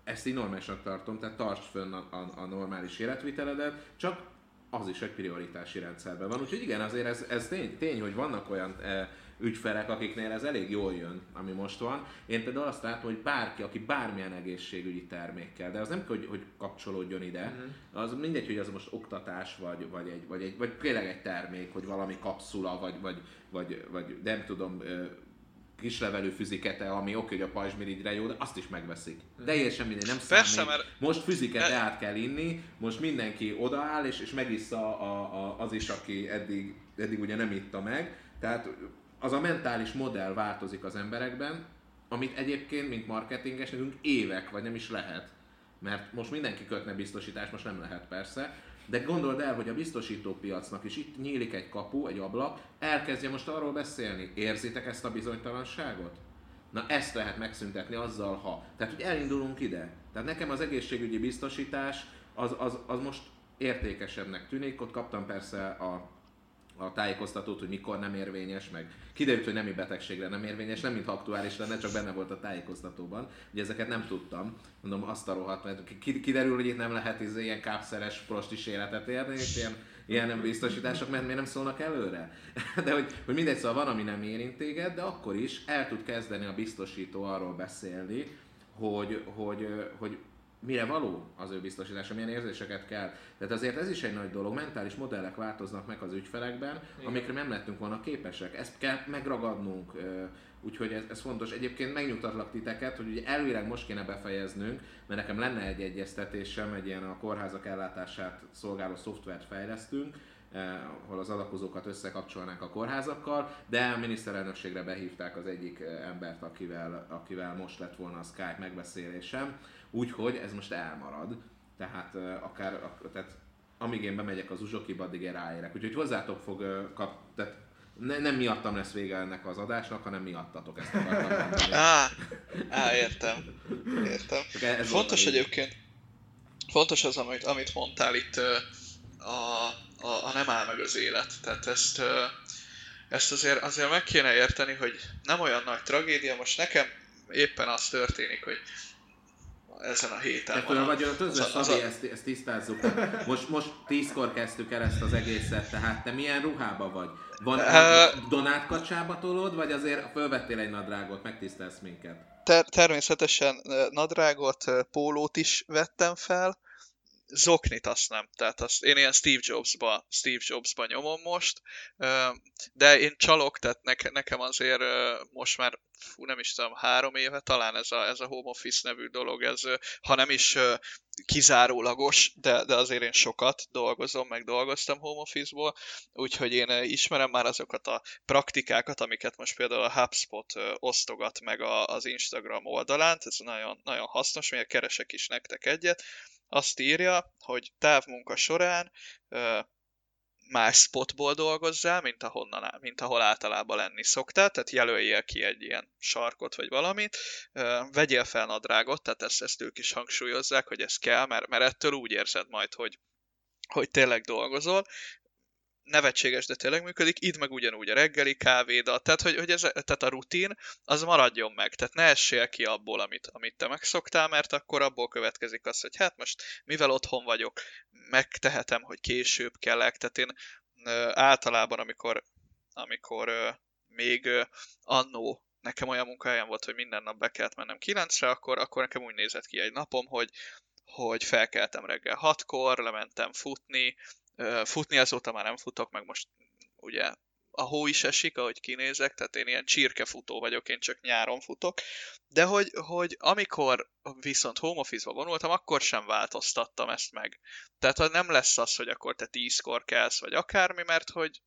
ezt így normálisnak tartom, tehát tartsd fönn a, a, a normális életviteledet, csak az is egy prioritási rendszerben van. Úgyhogy igen, azért ez, ez tény, tény, hogy vannak olyan e, ügyfelek, akiknél ez elég jól jön, ami most van. Én például azt látom, hogy bárki, aki bármilyen egészségügyi termékkel, de az nem kell, hogy, hogy kapcsolódjon ide, uh-huh. az mindegy, hogy az most oktatás, vagy, vagy, egy, vagy, egy, vagy tényleg egy termék, hogy valami kapszula, vagy, vagy, vagy, vagy nem tudom, kislevelű füzikete, ami oké, hogy a pajzsmirigyre jó, de azt is megveszik. Teljesen mindegy, nem Persze, számít. mert... Most füzikete át kell inni, most mindenki odaáll, és, és megissza a, a, az is, aki eddig, eddig ugye nem itta meg. Tehát az a mentális modell változik az emberekben, amit egyébként, mint marketinges, nekünk évek, vagy nem is lehet. Mert most mindenki kötne biztosítást, most nem lehet persze. De gondold el, hogy a biztosítópiacnak is itt nyílik egy kapu, egy ablak, elkezdje most arról beszélni. Érzitek ezt a bizonytalanságot? Na ezt lehet megszüntetni azzal, ha... Tehát, hogy elindulunk ide. Tehát nekem az egészségügyi biztosítás az, az, az most értékesebbnek tűnik. Ott kaptam persze a, a tájékoztatót, hogy mikor nem érvényes, meg kiderült, hogy nemi betegségre nem érvényes, nem mintha aktuális lenne, csak benne volt a tájékoztatóban. Ugye ezeket nem tudtam. Mondom, azt a rohadt, mert kiderül, hogy itt nem lehet izé, ilyen kápszeres prostis életet érni, és ilyen, ilyen nem biztosítások, mert miért nem szólnak előre? De hogy, hogy mindegy, szóval van, ami nem érint téged, de akkor is el tud kezdeni a biztosító arról beszélni, hogy, hogy, hogy mire való az ő biztosítása, milyen érzéseket kell. Tehát azért ez is egy nagy dolog, mentális modellek változnak meg az ügyfelekben, igen, amikre nem lettünk volna képesek. Ezt kell megragadnunk, úgyhogy ez, ez fontos. Egyébként megnyugtatlak titeket, hogy ugye elvileg most kéne befejeznünk, mert nekem lenne egy egyeztetésem, egy ilyen a kórházak ellátását szolgáló szoftvert fejlesztünk, ahol az adakozókat összekapcsolnánk a kórházakkal, de a miniszterelnökségre behívták az egyik embert, akivel, akivel most lett volna a Skype megbeszélésem, úgyhogy ez most elmarad. Tehát akár, tehát amíg én bemegyek az uzsokiba, addig én ráérek. Úgyhogy hozzátok fog kap, tehát ne, nem miattam lesz vége ennek az adásnak, hanem miattatok, ezt akartam mondani. Á, á, értem. Értem. Fontos egyébként, fontos az, amit, amit mondtál itt, a, a, a nem áll meg az élet. Tehát ezt, ezt azért, azért meg kéne érteni, hogy nem olyan nagy tragédia. Most nekem éppen az történik, hogy ezen a héten van. A, vagy az, az, az, az a... ezt, ezt tisztázzuk. Most, most tízkor kezdtük el ezt az egészet, tehát te milyen ruhában vagy? Van uh, donátkat tolod, vagy azért fölvettél egy nadrágot, megtisztelsz minket? Ter- természetesen nadrágot, pólót is vettem fel, zoknit azt nem, tehát azt én ilyen Steve Jobsba, Steve Jobsba nyomom most, de én csalok, tehát neke, nekem azért most már, fú, nem is tudom, három éve talán ez a, ez a home office nevű dolog, ez, ha nem is kizárólagos, de, de azért én sokat dolgozom, meg dolgoztam home office-ból, úgyhogy én ismerem már azokat a praktikákat, amiket most például a HubSpot osztogat meg az Instagram oldalán, ez nagyon, nagyon hasznos, miért keresek is nektek egyet. Azt írja, hogy távmunka során ö, más spotból dolgozzál, mint, ahonnan, mint ahol általában lenni szoktál, tehát jelöljél ki egy ilyen sarkot vagy valamit, ö, vegyél fel nadrágot, tehát ezt, ezt ők is hangsúlyozzák, hogy ez kell, mert, mert ettől úgy érzed majd, hogy, hogy tényleg dolgozol. Nevetséges, de tényleg működik, idd meg ugyanúgy a reggeli kávédat, tehát, hogy, hogy ez, tehát a rutin, az maradjon meg, tehát ne essél ki abból, amit, amit te megszoktál, mert akkor abból következik az, hogy hát most mivel otthon vagyok, megtehetem, hogy később kellek, tehát én ö, általában, amikor, amikor ö, még ö, annó nekem olyan munkahelyem volt, hogy minden nap be kellett mennem kilencre, akkor, akkor nekem úgy nézett ki egy napom, hogy, hogy felkeltem reggel hatkor, lementem futni, futni azóta már nem futok, meg most ugye a hó is esik, ahogy kinézek, tehát én ilyen csirkefutó vagyok, én csak nyáron futok, de hogy, hogy amikor viszont home office-ba vonultam, akkor sem változtattam ezt meg. Tehát nem lesz az, hogy akkor te tízkor kelsz, vagy akármi, mert hogy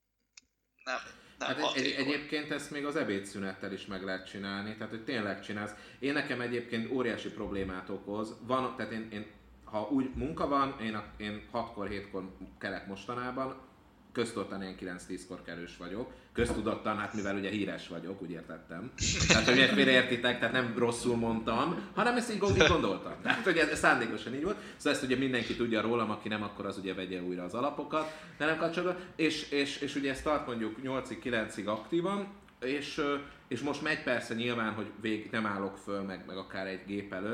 nem, nem hát egy, egyébként ezt még az ebédszünettel is meg lehet csinálni, tehát hogy tényleg csinálsz. Én nekem egyébként óriási problémát okoz, van, tehát én, én ha úgy munka van, én, a, én hatkor, hétkor kelek mostanában, köztudottan én kilenc-tízkor kelős vagyok. Köztudottan, hát mivel ugye híres vagyok, úgy értettem. Tehát, hogy miért félreértitek, tehát nem rosszul mondtam, hanem ezt így gondoltam. Tehát, hogy ez szándékosan így volt. Szóval ezt ugye mindenki tudja rólam, aki nem, akkor az ugye vegye újra az alapokat, de nem kapcsolatban. És, és, és ugye ezt tart mondjuk nyolcig-kilencig aktívan, és, és most megy persze nyilván, hogy végig nem állok föl, meg, meg akár egy gép előtt,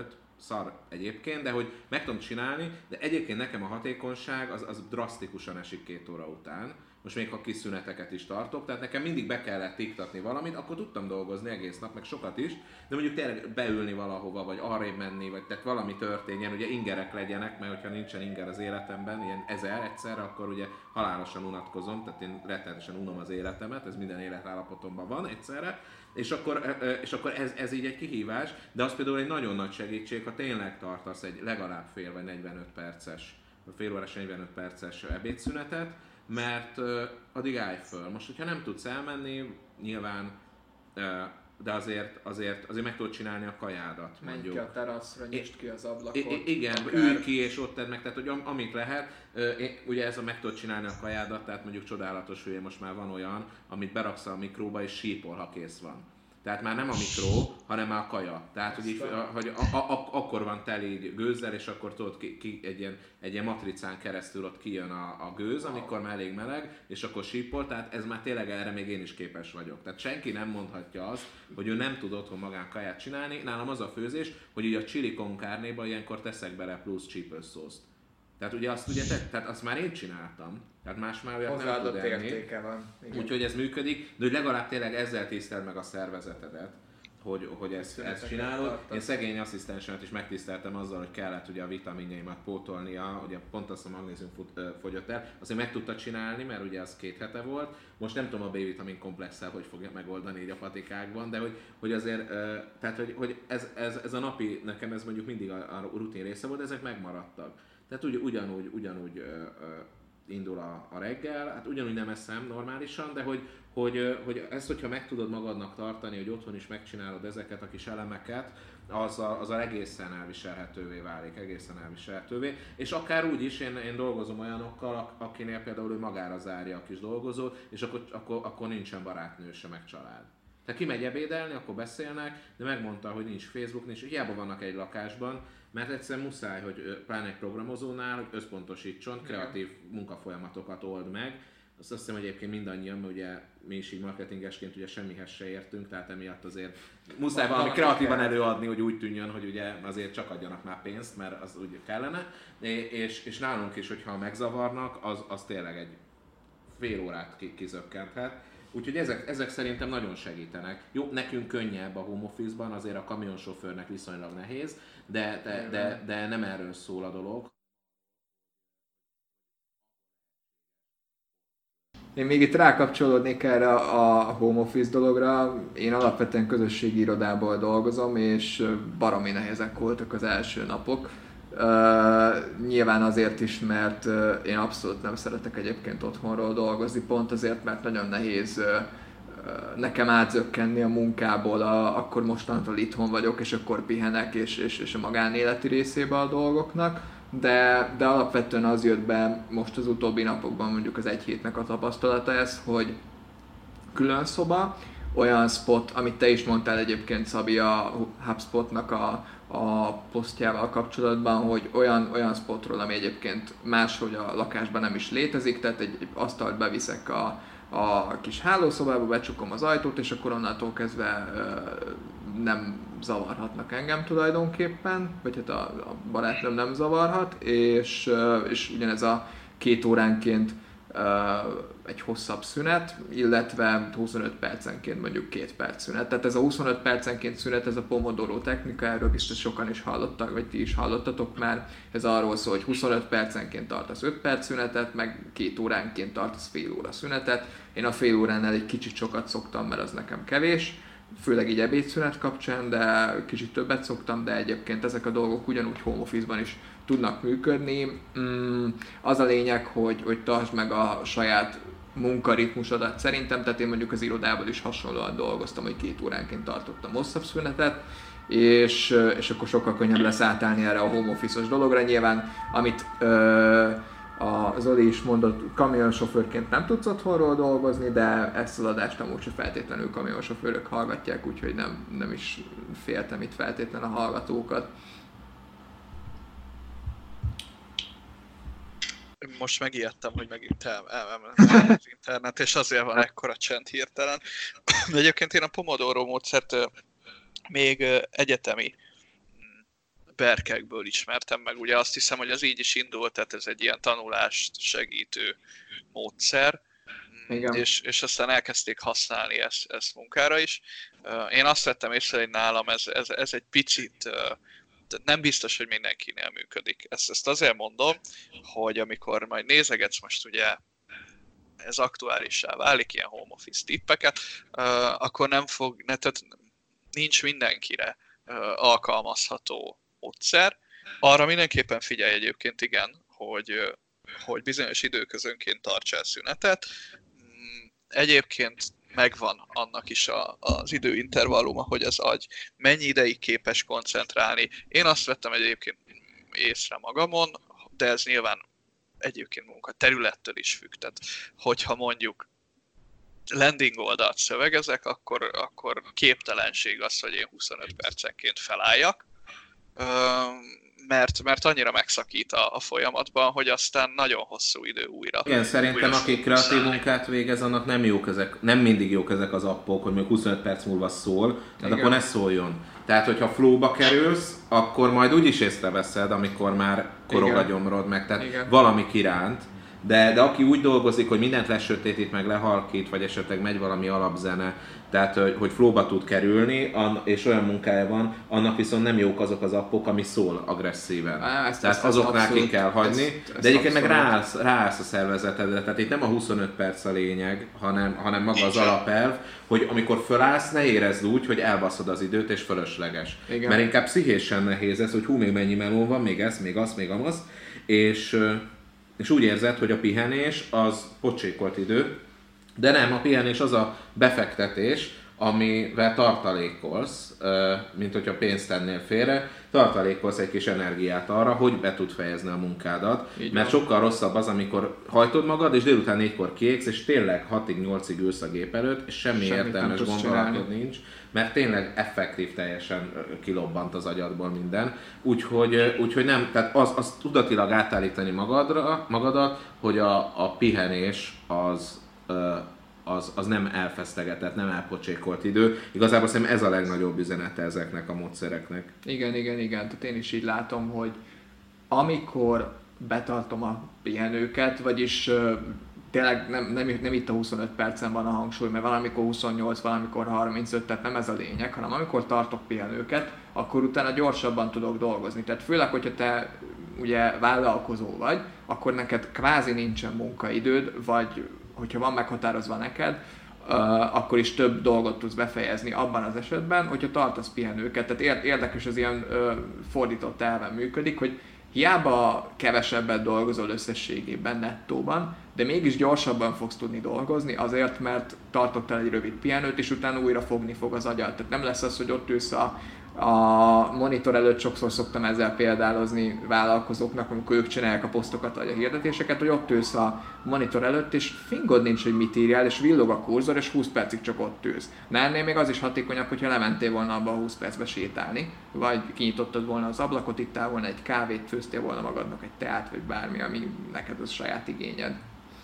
szar egyébként, de hogy meg tudom csinálni, de egyébként nekem a hatékonyság az, az drasztikusan esik két óra után. Most még ha kis szüneteket is tartok, tehát nekem mindig be kellett iktatni valamit, akkor tudtam dolgozni egész nap, meg sokat is, de mondjuk tényleg beülni valahova, vagy arrébb menni, vagy tehát valami történjen, ugye ingerek legyenek, mert hogyha nincsen inger az életemben, ilyen ezer egyszerre, akkor ugye halálosan unatkozom, tehát én rettenetesen unom az életemet, ez minden életállapotomban van egyszerre, és akkor, és akkor ez, ez így egy kihívás, de az például egy nagyon nagy segítség, ha tényleg tartasz egy legalább fél vagy negyvenöt perces, fél órás negyvenöt perces ebédszünetet, mert uh, addig állj föl. Most, hogyha nem tudsz elmenni, nyilván, uh, de azért, azért, azért meg tudod csinálni a kajádat. Menj mondjuk. ki a teraszra, nyisd ki az ablakot. I- igen, akár... ülj ki és ott tedd meg, tehát hogy am- amit lehet. Uh, én, ugye ez a meg tudod csinálni a kajádat, tehát mondjuk csodálatos, hogy most már van olyan, amit beraksz a mikróba és sípol, ha kész van. Tehát már nem a mikró, hanem már a kaja. Tehát, hogy, így, hogy a, a, a, akkor van teli gőzzel, és akkor tudod, ki, ki, egy, ilyen, egy ilyen matricán keresztül ott kijön a, a gőz, amikor már elég meleg, és akkor sípol, tehát ez már tényleg erre még én is képes vagyok. Tehát senki nem mondhatja azt, hogy ő nem tud otthon magán kaját csinálni. Nálam az a főzés, hogy ugye a chili con carnéba ilyenkor teszek bele plusz csípős szószt. Tehát ugye azt, ugye te, tehát azt már én csináltam, tehát más már olyat nem tud enni. Értéke van. Úgyhogy ez működik, de hogy legalább tényleg ezzel tiszteld meg a szervezetedet, hogy, hogy ezt, ezt csinálod. Én szegény asszisztensemet is megtiszteltem azzal, hogy kellett ugye a vitaminjaimat pótolnia, ugye pont azt a magnézium fogyott el, azért meg tudta csinálni, mert ugye az két hete volt. Most nem tudom a B-vitamin komplexel, hogy fogja megoldani így a patikákban, de hogy, hogy azért, tehát hogy, hogy ez, ez, ez a napi, nekem ez mondjuk mindig a, a rutin része volt, ezek megmaradtak. Tehát ugy, ugyanúgy, ugyanúgy ö, ö, indul a, a reggel, hát ugyanúgy nem eszem normálisan, de hogy, hogy, hogy ezt, hogyha meg tudod magadnak tartani, hogy otthon is megcsinálod ezeket a kis elemeket, az a, az a egészen elviselhetővé válik, egészen elviselhetővé. És akár úgy is, én, én dolgozom olyanokkal, akinél például ő magára zárja a kis dolgozót, és akkor, akkor, akkor nincsen barátnő se, meg család. Tehát kimegy ebédelni, akkor beszélnek, de megmondta, hogy nincs Facebook, nincs, hiába vannak egy lakásban, mert egyszerűen muszáj, hogy pláne egy programozónál, hogy összpontosítson, kreatív munkafolyamatokat old meg. Azt hiszem, hogy egyébként mindannyian, mert ugye mi is így marketingesként ugye semmihez se értünk, tehát emiatt azért muszáj valami kreatívan előadni, hogy úgy tűnjön, hogy ugye azért csak adjanak már pénzt, mert az úgy kellene. És, és nálunk is, hogyha megzavarnak, az, az tényleg egy fél órát kizökkenthet. Úgyhogy ezek, ezek szerintem nagyon segítenek. Jó, nekünk könnyebb a home office-ban, azért a kamionsofőrnek viszonylag nehéz, de, de, de, de nem erről szól a dolog. Én még itt rákapcsolódnék erre a home office dologra. Én alapvetően közösségi irodából dolgozom, és baromi nehezek voltak az első napok. Uh, nyilván azért is, mert uh, én abszolút nem szeretek egyébként otthonról dolgozni, pont azért, mert nagyon nehéz uh, uh, nekem átzökkenni a munkából, a, akkor mostantól itthon vagyok, és akkor pihenek, és, és, és a magánéleti részébe a dolgoknak, de, de alapvetően az jött be most az utóbbi napokban, mondjuk az egy hétnek a tapasztalata ez, hogy külön szoba, olyan spot, amit te is mondtál egyébként, Szabi, a HubSpotnak a a posztjával kapcsolatban, hogy olyan, olyan spotról, ami egyébként máshogy a lakásban nem is létezik, tehát egy, egy asztalt beviszek a, a kis hálószobába, becsukom az ajtót, és akkor onnantól kezdve ö, nem zavarhatnak engem tulajdonképpen, vagy hát a, a barátnőm nem zavarhat, és, ö, és ugyanez a két óránként egy hosszabb szünet, illetve huszonöt percenként mondjuk két perc szünet. Tehát ez a huszonöt percenként szünet, ez a Pomodoro technika, erről biztos sokan is hallottak, vagy ti is hallottatok már. Ez arról szól, hogy huszonöt percenként tartasz öt perc szünetet, meg két óránként tartasz fél óra szünetet. Én a fél óránál egy kicsit sokat szoktam, mert az nekem kevés, főleg így ebédszünet kapcsán, de kicsit többet szoktam, de egyébként ezek a dolgok ugyanúgy home office-ban is tudnak működni. Mm, az a lényeg, hogy, hogy tartsd meg a saját munkaritmusodat szerintem, tehát én mondjuk az irodában is hasonlóan dolgoztam, hogy két óránként tartottam hosszabb szünetet, és, és akkor sokkal könnyebb lesz átállni erre a home office-os dologra. Nyilván, amit ö, a Zoli is mondott, kamionsofőrként nem tudsz otthonról dolgozni, de ezt az adást amúgy sem feltétlenül kamionsofőrök hallgatják, úgyhogy nem, nem is féltem itt feltétlenül a hallgatókat. Most megijedtem, hogy megint elment az internet, és azért van ekkora csend hirtelen. De egyébként én a Pomodoro módszert még egyetemi berkekből ismertem meg. Ugye azt hiszem, hogy az így is indult, tehát ez egy ilyen tanulást segítő módszer. Igen. És, és aztán elkezdték használni ezt, ezt munkára is. Én azt vettem észre, hogy nálam ez, ez, ez egy picit, nem biztos, hogy mindenkinél működik. Ezt, ezt azért mondom, hogy amikor majd nézegetsz most ugye ez aktuálissá válik, ilyen home office tippeket, akkor nem fog, ne, tehát nincs mindenkire alkalmazható módszer. Arra mindenképpen figyelj egyébként, igen, hogy, hogy bizonyos időközönként tarts el szünetet. Egyébként megvan annak is a, az időintervalluma, hogy az agy mennyi ideig képes koncentrálni. Én azt vettem egyébként észre magamon, de ez nyilván egyébként munka területtől is függ. Tehát, hogyha mondjuk landing oldalt szövegezek, akkor, akkor képtelenség az, hogy én huszonöt percenként felálljak. Mert, mert annyira megszakít a, a folyamatban, hogy aztán nagyon hosszú idő újra. Igen, szerintem újra aki kreatív munkát végez, annak nem jók ezek, nem mindig jók ezek az appok, hogy még huszonöt perc múlva szól, tehát akkor ne szóljon. Tehát, hogyha flowba kerülsz, akkor majd úgyis észreveszed, amikor már korog a gyomrod meg, tehát igen. valami kiránt. De, de aki úgy dolgozik, hogy mindent lesötétít, meg lehalkít, vagy esetleg megy valami alapzene, tehát hogy flowba tud kerülni, és olyan munkája van, annak viszont nem jók azok az appok, ami szól agresszíven. Á, ezt, tehát ezt, azoknál abszolút, ki kell hagyni, ezt, ezt de egyébként meg ráállsz, ráállsz a szervezetedre, tehát itt nem a huszonöt perc a lényeg, hanem, hanem maga az alapelv, hogy amikor fölállsz, ne érezd úgy, hogy elbaszod az időt és fölösleges. Igen. Mert inkább pszichésen nehéz ez, hogy hú, még mennyi meló van, még ez, még az, még amaz, és... és úgy érzed, hogy a pihenés az pocsékolt idő, de nem, a pihenés az a befektetés, amivel tartalékolsz, mint hogyha pénzt tennél félre, tartalékolsz egy kis energiát arra, hogy be tud fejezni a munkádat, így mert van. Sokkal rosszabb az, amikor hajtod magad, és délután négykor kiégsz, és tényleg hatig-nyolcig ülsz a gép előtt, és semmi Semmit értelmes gondolatod nincs, mert tényleg effektív teljesen kilobbant az agyadból minden. Úgyhogy, úgyhogy nem, tehát az, az tudatilag átállítani magadra, magadat, hogy a, a pihenés az, az, az nem elfesztegetett, nem elpocsékolt idő. Igazából szerintem ez a legnagyobb üzenete ezeknek a módszereknek. Igen, igen, igen. Tehát én is így látom, hogy amikor betartom a pihenőket, vagyis tényleg nem, nem, nem itt a huszonöt percen van a hangsúly, mert valamikor huszonnyolc, valamikor harmincöt, tehát nem ez a lényeg, hanem amikor tartok pihenőket, akkor utána gyorsabban tudok dolgozni. Tehát főleg, hogyha te ugye vállalkozó vagy, akkor neked kvázi nincsen munkaidőd, vagy hogyha van meghatározva neked, uh, akkor is több dolgot tudsz befejezni abban az esetben, hogyha tartasz pihenőket. Tehát érdekes, az ilyen uh, fordított elven működik, hogy hiába kevesebbet dolgozol összességében nettóban, de mégis gyorsabban fogsz tudni dolgozni azért, mert tartottál egy rövid pihenőt, és utána újra fogni fog az agyad. Tehát nem lesz az, hogy ott ülsz a, a monitor előtt, sokszor szoktam ezzel példálozni vállalkozóknak, amikor ők csinálják a posztokat vagy a hirdetéseket, hogy ott ülsz a monitor előtt, és fingod nincs, hogy mit írjál, és villog a kurzor, és húsz percig csak ott ülsz. Na ennél még az is hatékonyabb, hogyha lementél volna abba a húsz percbe sétálni, vagy kinyitottad volna az ablakot, ittál volna egy kávét, főztél volna magadnak egy teát, vagy bármi, ami neked az saját igényed.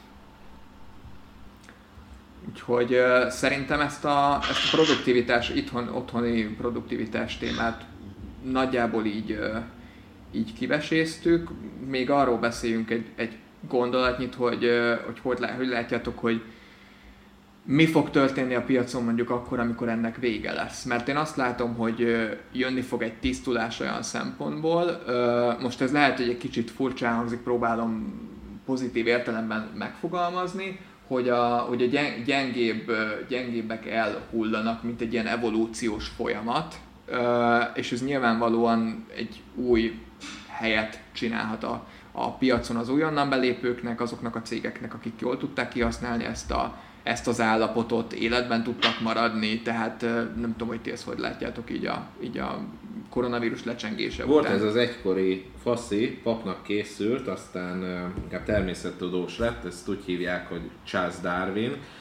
Úgyhogy uh, szerintem ezt a, ezt a produktivitás, itthon, otthoni produktivitás témát nagyjából így, uh, így kiveséztük. Még arról beszéljünk egy, egy gondolatnyit, hogy, uh, hogy, hogy, hogy látjátok, hogy mi fog történni a piacon mondjuk akkor, amikor ennek vége lesz. Mert én azt látom, hogy uh, jönni fog egy tisztulás olyan szempontból. Uh, most ez lehet, hogy egy kicsit furcsán hangzik, próbálom pozitív értelemben megfogalmazni, hogy a, hogy a gyengébb, gyengébbek elhullanak, mint egy ilyen evolúciós folyamat, és ez nyilvánvalóan egy új helyet csinálhat a, a piacon az újonnan belépőknek, azoknak a cégeknek, akik jól tudták kihasználni ezt, a, ezt az állapotot, életben tudtak maradni, tehát nem tudom, hogy ti ezt hogy látjátok így a, így a koronavírus lecsengése Volt után. Ez az egykori faszi, papnak készült, aztán inkább természettudós lett, ezt úgy hívják, hogy Charles Darwin,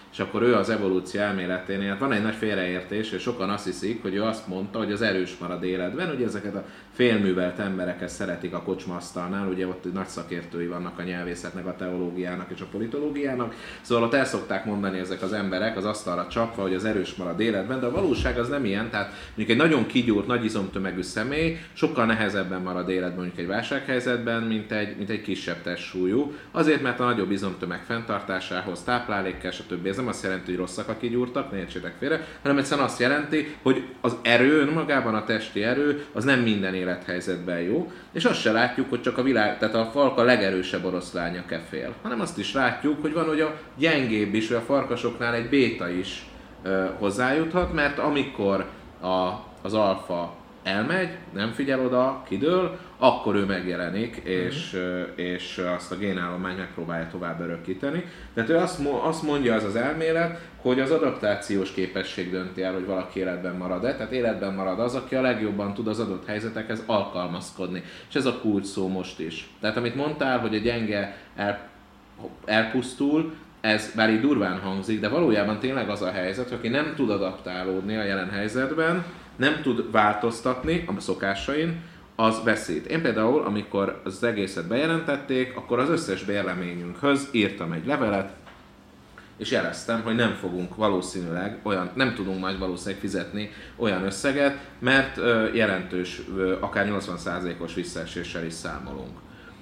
és akkor ő az evolúció elméleténél, van egy nagy félreértés, és sokan azt hiszik, hogy ő azt mondta, hogy az erős marad életben, ugye ezeket a félművelt embereket szeretik a kocsmaasztalnál, ugye ott nagy szakértői vannak a nyelvészetnek, a teológiának és a politológiának, szóval ott el szokták mondani ezek az emberek az asztalra csapva, hogy az erős marad életben, de a valóság az nem ilyen, tehát mondjuk egy nagyon kigyúrt, nagy izomtömegű személy sokkal nehezebben marad életben mondjuk egy válsághelyzetben, mint egy, mint egy kisebb testsúlyú, azért, mert a nagyobb izomtömeg fenntartásához táplálék kell, stb. Ez nem azt jelenti, hogy rosszak a kigyúrtak, ne értsétek félre, hanem egyszerűen azt jelenti, hogy az erő, önmagában a testi erő, az nem minden élethelyzetben jó, és azt se látjuk, hogy csak a világ, tehát a farka legerősebb oroszlánya kefél, hanem azt is látjuk, hogy van, hogy a gyengébb is, vagy a farkasoknál egy béta is ö, hozzájuthat, mert amikor a, az alfa elmegy, nem figyel oda, kidől, akkor ő megjelenik, és, mm-hmm. és azt a génállományt megpróbálja tovább örökíteni. Tehát ő azt, azt mondja az az elmélet, hogy az adaptációs képesség dönti el, hogy valaki életben marad-e. Tehát életben marad az, aki a legjobban tud az adott helyzetekhez alkalmazkodni. És ez a kulcs szó most is. Tehát amit mondtál, hogy a gyenge el, elpusztul, ez bár így durván hangzik, de valójában tényleg az a helyzet, hogy aki nem tud adaptálódni a jelen helyzetben, nem tud változtatni a szokásain, az veszít. Én például, amikor az egészet bejelentették, akkor az összes bérleményünkhöz írtam egy levelet, és jeleztem, hogy nem fogunk valószínűleg olyan, nem tudunk majd valószínűleg fizetni olyan összeget, mert jelentős, akár nyolcvan százalékos visszaeséssel is számolunk.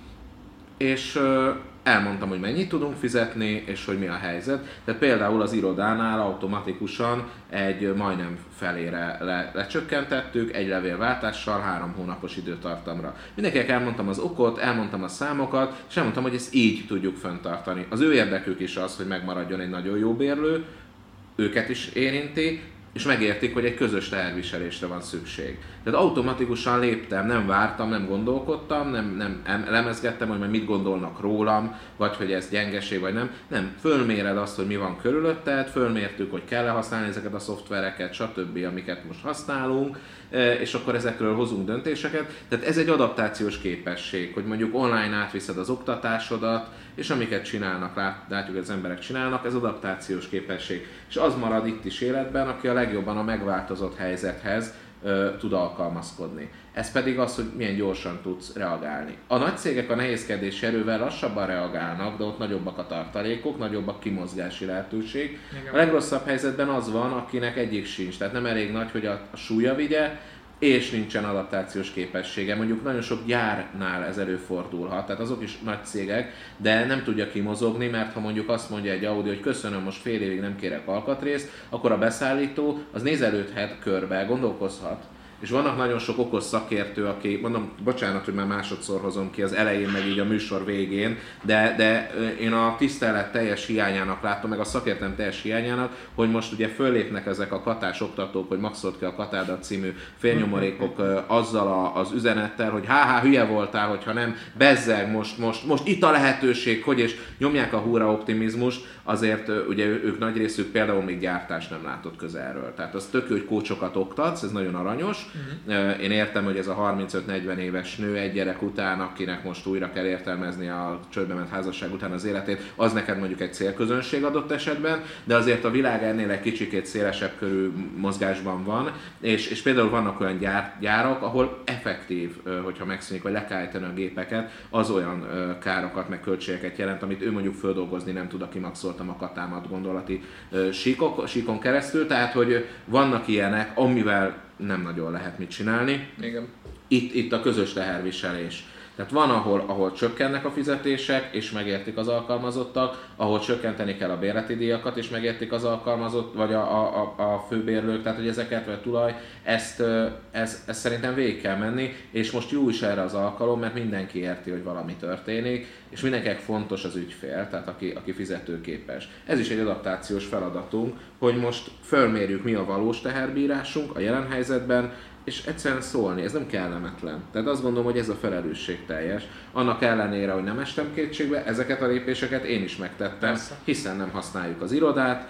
És elmondtam, hogy mennyit tudunk fizetni, és hogy mi a helyzet. Tehát például az irodánál automatikusan egy majdnem felére le, lecsökkentettük, egy levélváltással, három hónapos időtartamra. Mindenkinek elmondtam az okot, elmondtam a számokat, és elmondtam, hogy ezt így tudjuk fenntartani. Az ő érdekük is az, hogy megmaradjon egy nagyon jó bérlő, őket is érinti, és megértik, hogy egy közös teherviselésre van szükség. Tehát automatikusan léptem, nem vártam, nem gondolkodtam, nem, nem elemezgettem, hogy majd mit gondolnak rólam, vagy hogy ez gyengeség, vagy nem. Nem, fölméred azt, hogy mi van körülötted, fölmértük, hogy kell-e használni ezeket a szoftvereket, stb., amiket most használunk, és akkor ezekről hozunk döntéseket. Tehát ez egy adaptációs képesség, hogy mondjuk online átviszed az oktatásodat, és amiket csinálnak, látjuk, hogy az emberek csinálnak, ez adaptációs képesség. És az marad itt is életben, aki a legjobban a megváltozott helyzethez ö, tud alkalmazkodni. Ez pedig az, hogy milyen gyorsan tudsz reagálni. A nagy cégek a nehézkedési erővel lassabban reagálnak, de ott nagyobbak a tartalékok, nagyobb a kimozgási lehetőség. Igen. A legrosszabb helyzetben az van, akinek egyik sincs, tehát nem elég nagy, hogy a, a súlya vigye, és nincsen adaptációs képessége. Mondjuk nagyon sok gyárnál ez előfordulhat, tehát azok is nagy cégek, de nem tudja kimozogni, mert ha mondjuk azt mondja egy Audi, hogy köszönöm, most fél évig nem kérek alkatrészt, akkor a beszállító az nézelődhet körbe, gondolkozhat. És vannak nagyon sok okos szakértő, aki, mondom, bocsánat, hogy már másodszor hozom ki az elején, meg így a műsor végén, de, de én a tisztelet teljes hiányának látom, meg a szakértelem teljes hiányának, hogy most ugye föllépnek ezek a katás oktatók, hogy maxolt ki a katádat című félnyomorékok azzal a, az üzenettel, hogy há-há, hülye voltál, hogyha nem, bezzeg, most, most, most itt a lehetőség, hogy, és nyomják a húra optimizmust, azért ugye ők nagy részük például még gyártást nem látott közelről. Tehát az tök jó, hogy kócsokat oktatsz, ez nagyon aranyos. Uh-huh. Én értem, hogy ez a harmincöt-negyven éves nő egy gyerek után, akinek most újra kell értelmezni a csődbe ment házasság után az életét, az neked mondjuk egy célközönség adott esetben, de azért a világ ennél egy kicsikét szélesebb körű mozgásban van, és, és például vannak olyan gyár, gyárak, ahol effektív, hogyha megszűnik, vagy le kell állítani a gépeket, az olyan károkat, meg költségeket jelent, amit ő mondjuk földolgozni nem tud, aki maxoltam a katámat gondolati síkok, síkon keresztül, tehát hogy vannak ilyenek, amivel nem nagyon lehet mit csinálni. Igen. Itt, itt a közös teherviselés. Tehát van, ahol, ahol csökkennek a fizetések, és megértik az alkalmazottak, ahol csökkenteni kell a bérleti díjakat, és megértik az alkalmazott, vagy a, a, a főbérlők, tehát hogy ezeket, vagy a tulaj, ezt, ez, ezt szerintem végig kell menni, és most jó is erre az alkalom, mert mindenki érti, hogy valami történik, és mindenkinek fontos az ügyfél, tehát aki, aki fizetőképes. Ez is egy adaptációs feladatunk, hogy most fölmérjük, mi a valós teherbírásunk a jelen helyzetben, és egyszerűen szólni, ez nem kellemetlen. Tehát azt gondolom, hogy ez a felelősségteljes. Annak ellenére, hogy nem estem kétségbe, ezeket a lépéseket én is megtettem, Persze. hiszen nem használjuk az irodát,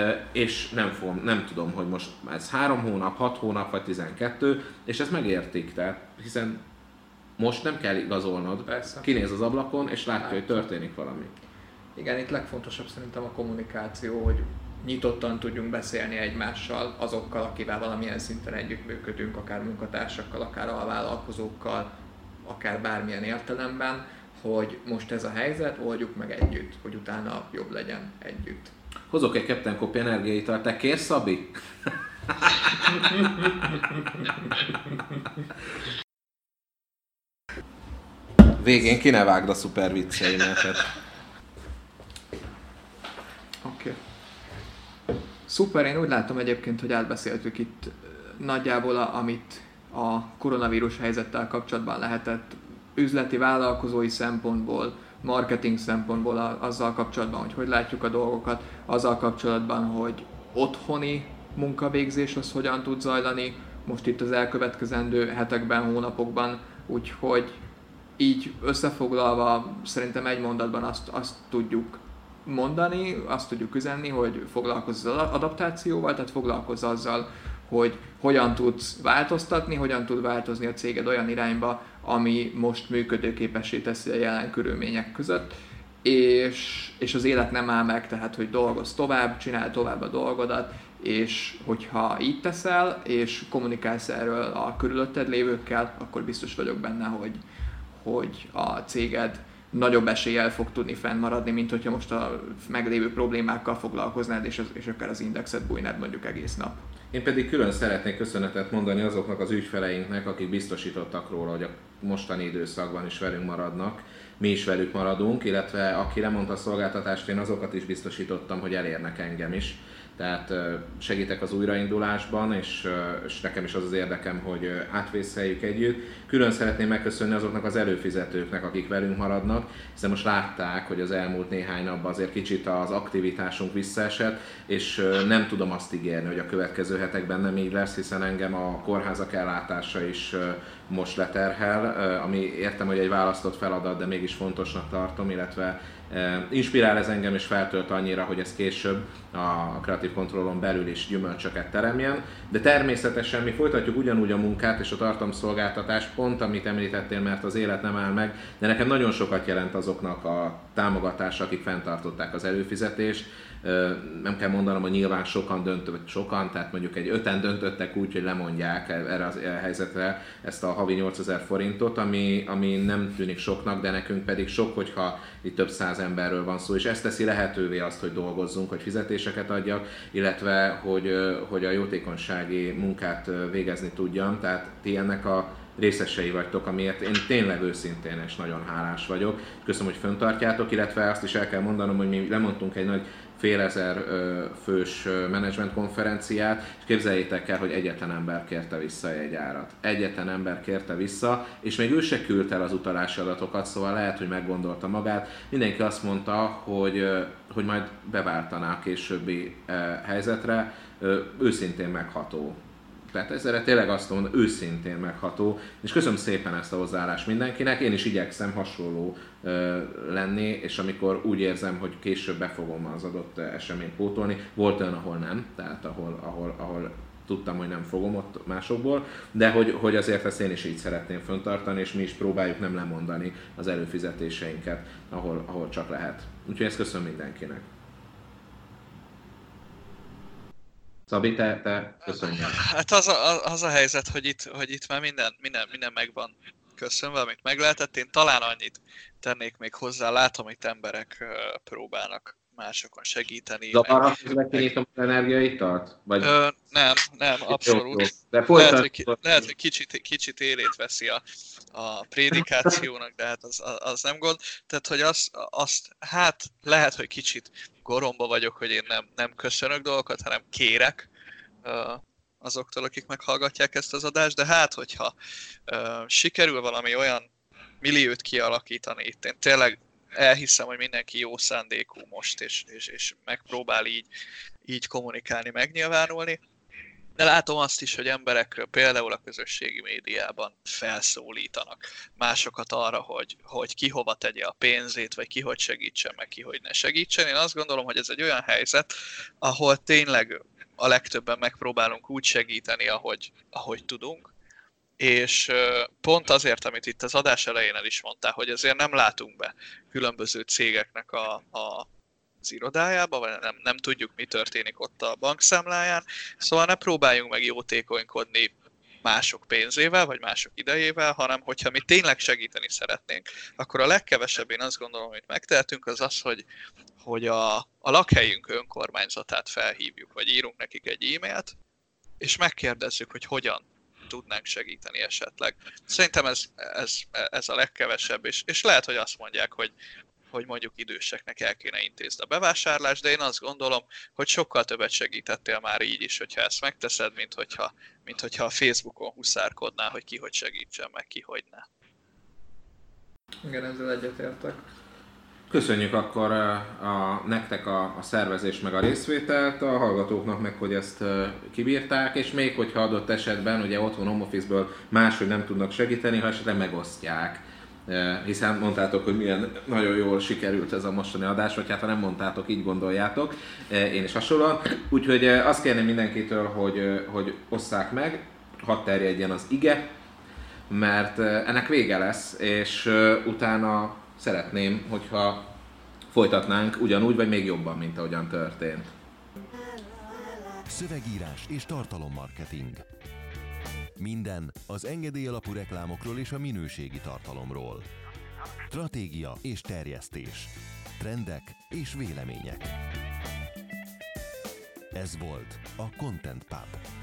és nem, fogom, nem tudom, hogy most ez három hónap, hat hónap vagy tizenkettő, és ezt megértik, tehát hiszen most nem kell igazolnod, Persze. kinéz az ablakon, és látja, hogy történik valami. Igen, itt legfontosabb szerintem a kommunikáció, hogy nyitottan tudjunk beszélni egymással, azokkal, akivel valamilyen szinten együttműködünk, akár munkatársakkal, akár alvállalkozókkal, akár bármilyen értelemben, hogy most ez a helyzet, oldjuk meg együtt, hogy utána jobb legyen együtt. Hozok egy Captain Kopi energiaitalt, te kérsz, Szabi? Végén ki ne vágd a szuper vicceimet. Oké. Okay. Szuper, én úgy látom egyébként, hogy átbeszéltük itt nagyjából, a, amit a koronavírus helyzettel kapcsolatban lehetett üzleti, vállalkozói szempontból, marketing szempontból, azzal kapcsolatban, hogy hogy látjuk a dolgokat, azzal kapcsolatban, hogy otthoni munkavégzés az hogyan tud zajlani, most itt az elkövetkezendő hetekben, hónapokban, úgyhogy így összefoglalva szerintem egy mondatban azt, azt tudjuk mondani, azt tudjuk üzenni, hogy foglalkozz az adaptációval, tehát foglalkozz azzal, hogy hogyan tudsz változtatni, hogyan tud változni a céged olyan irányba, ami most működőképessé teszi a jelen körülmények között, és, és az élet nem áll meg, tehát hogy dolgozz tovább, csinálj tovább a dolgodat, és hogyha így teszel, és kommunikálsz erről a körülötted lévőkkel, akkor biztos vagyok benne, hogy, hogy a céged nagyobb eséllyel fog tudni fennmaradni, mint hogyha most a meglévő problémákkal foglalkoznád, és, az, és akár az indexet bújnád mondjuk egész nap. Én pedig külön szeretnék köszönetet mondani azoknak az ügyfeleinknek, akik biztosítottak róla, hogy a mostani időszakban is velünk maradnak, mi is velük maradunk, illetve aki lemondta a szolgáltatást, én azokat is biztosítottam, hogy elérnek engem is. Tehát segítek az újraindulásban, és, és nekem is az az érdekem, hogy átvészeljük együtt. Külön szeretném megköszönni azoknak az előfizetőknek, akik velünk maradnak, hiszen most látták, hogy az elmúlt néhány napban azért kicsit az aktivitásunk visszaesett, és nem tudom azt ígérni, hogy a következő hetekben nem így lesz, hiszen engem a kórházak ellátása is most leterhel, ami értem, hogy egy választott feladat, de mégis fontosnak tartom, illetve inspirál ez engem és feltölt annyira, hogy ez később a Creative Controlon belül is gyümölcsöket teremjen. De természetesen mi folytatjuk ugyanúgy a munkát és a tartalomszolgáltatást, pont amit említettél, mert az élet nem áll meg, de nekem nagyon sokat jelent azoknak a támogatása, akik fenntartották az előfizetést. Nem kell mondanom, hogy nyilván sokan döntött, sokan, tehát mondjuk egy öten döntöttek úgy, hogy lemondják erre a helyzetre ezt a havi nyolcezer forintot, ami, ami nem tűnik soknak, de nekünk pedig sok, hogyha itt több száz emberről van szó, és ez teszi lehetővé azt, hogy dolgozzunk, hogy fizetéseket adjak, illetve hogy, hogy a jótékonysági munkát végezni tudjam, tehát ti ennek a részesei vagytok, amiért én tényleg őszintén és nagyon hálás vagyok. Köszönöm, hogy fenntartjátok, illetve azt is el kell mondanom, hogy mi lemondtunk egy nagy fél ezer fős menedzsment konferenciát, és képzeljétek el, hogy egyetlen ember kérte vissza a jegyárat. Egyetlen ember kérte vissza, és még ő se küldte el az utalási adatokat, szóval lehet, hogy meggondolta magát. Mindenki azt mondta, hogy, hogy majd beváltaná a későbbi helyzetre, őszintén megható. Tehát ezzel tényleg azt mondom, őszintén megható, és köszönöm szépen ezt a hozzáállást mindenkinek, én is igyekszem hasonló ö, lenni, és amikor úgy érzem, hogy később be fogom az adott eseményt pótolni, volt olyan, ahol nem, tehát ahol, ahol, ahol tudtam, hogy nem fogom ott másokból, de hogy, hogy azért ezt én is így szeretném fenntartani, és mi is próbáljuk nem lemondani az előfizetéseinket, ahol, ahol csak lehet. Úgyhogy ezt köszönöm mindenkinek. Szabi, te, te köszönjük. Hát az a, az a helyzet, hogy itt, hogy itt már minden, minden, minden megvan köszönve, amit meg lehetett. Én talán annyit tennék még hozzá, látom, itt emberek uh, próbálnak másokon segíteni. Zavarhat, hogy megnyitom az energiaitalt? Vagy... Ö, nem, nem, abszolút. Jó, jó. De lehet, hogy, ki, lehet, hogy kicsit, kicsit élét veszi a, a prédikációnak, de hát az, az nem gond. Tehát, hogy azt, azt, hát lehet, hogy kicsit goromba vagyok, hogy én nem, nem köszönök dolgokat, hanem kérek uh, azoktól, akik meghallgatják ezt az adást, de hát, hogyha uh, sikerül valami olyan milliót kialakítani itt, én tényleg elhiszem, hogy mindenki jó szándékú most, és, és, és megpróbál így, így kommunikálni, megnyilvánulni. De látom azt is, hogy emberek például a közösségi médiában felszólítanak másokat arra, hogy, hogy ki hova tegye a pénzét, vagy ki hogy segítsen, meg ki hogy ne segítsen. Én azt gondolom, hogy ez egy olyan helyzet, ahol tényleg a legtöbben megpróbálunk úgy segíteni, ahogy, ahogy tudunk. és pont azért, amit itt az adás elején el is mondtál, hogy azért nem látunk be különböző cégeknek a, a, az irodájába, vagy nem, nem tudjuk, mi történik ott a bankszámláján, szóval ne próbáljunk meg jótékonykodni mások pénzével, vagy mások idejével, hanem hogyha mi tényleg segíteni szeretnénk, akkor a legkevesebb, én azt gondolom, amit megtehetünk, az az, hogy, hogy a, a lakhelyünk önkormányzatát felhívjuk, vagy írunk nekik egy e-mailt, és megkérdezzük, hogy hogyan tudnánk segíteni esetleg. Szerintem ez, ez, ez a legkevesebb, és, és lehet, hogy azt mondják, hogy, hogy mondjuk időseknek el kéne intézni a bevásárlást, de én azt gondolom, hogy sokkal többet segítettél már így is, hogyha ezt megteszed, mint hogyha, mint hogyha a Facebookon huszárkodnál, hogy ki hogy segítsen, meg ki hogy ne. Igen, ezzel egyetértek. Köszönjük akkor a, a, nektek a, a szervezést meg a részvételt, a hallgatóknak meg, hogy ezt kibírták, és még hogyha adott esetben, ugye otthon home office-ből máshogy nem tudnak segíteni, ha esetleg megosztják. Hiszen mondtátok, hogy milyen nagyon jól sikerült ez a mostani adás, vagy hát ha nem mondtátok, így gondoljátok, én is hasonlóan. Úgyhogy azt kérném mindenkitől, hogy, hogy osszák meg, hadd terjedjen az ige, mert ennek vége lesz, és utána szeretném, hogyha folytatnánk ugyanúgy, vagy még jobban, mint ahogyan történt. Szövegírás és tartalommarketing. Minden az engedély alapú reklámokról és a minőségi tartalomról. Stratégia és terjesztés. Trendek és vélemények. Ez volt a Content Pub.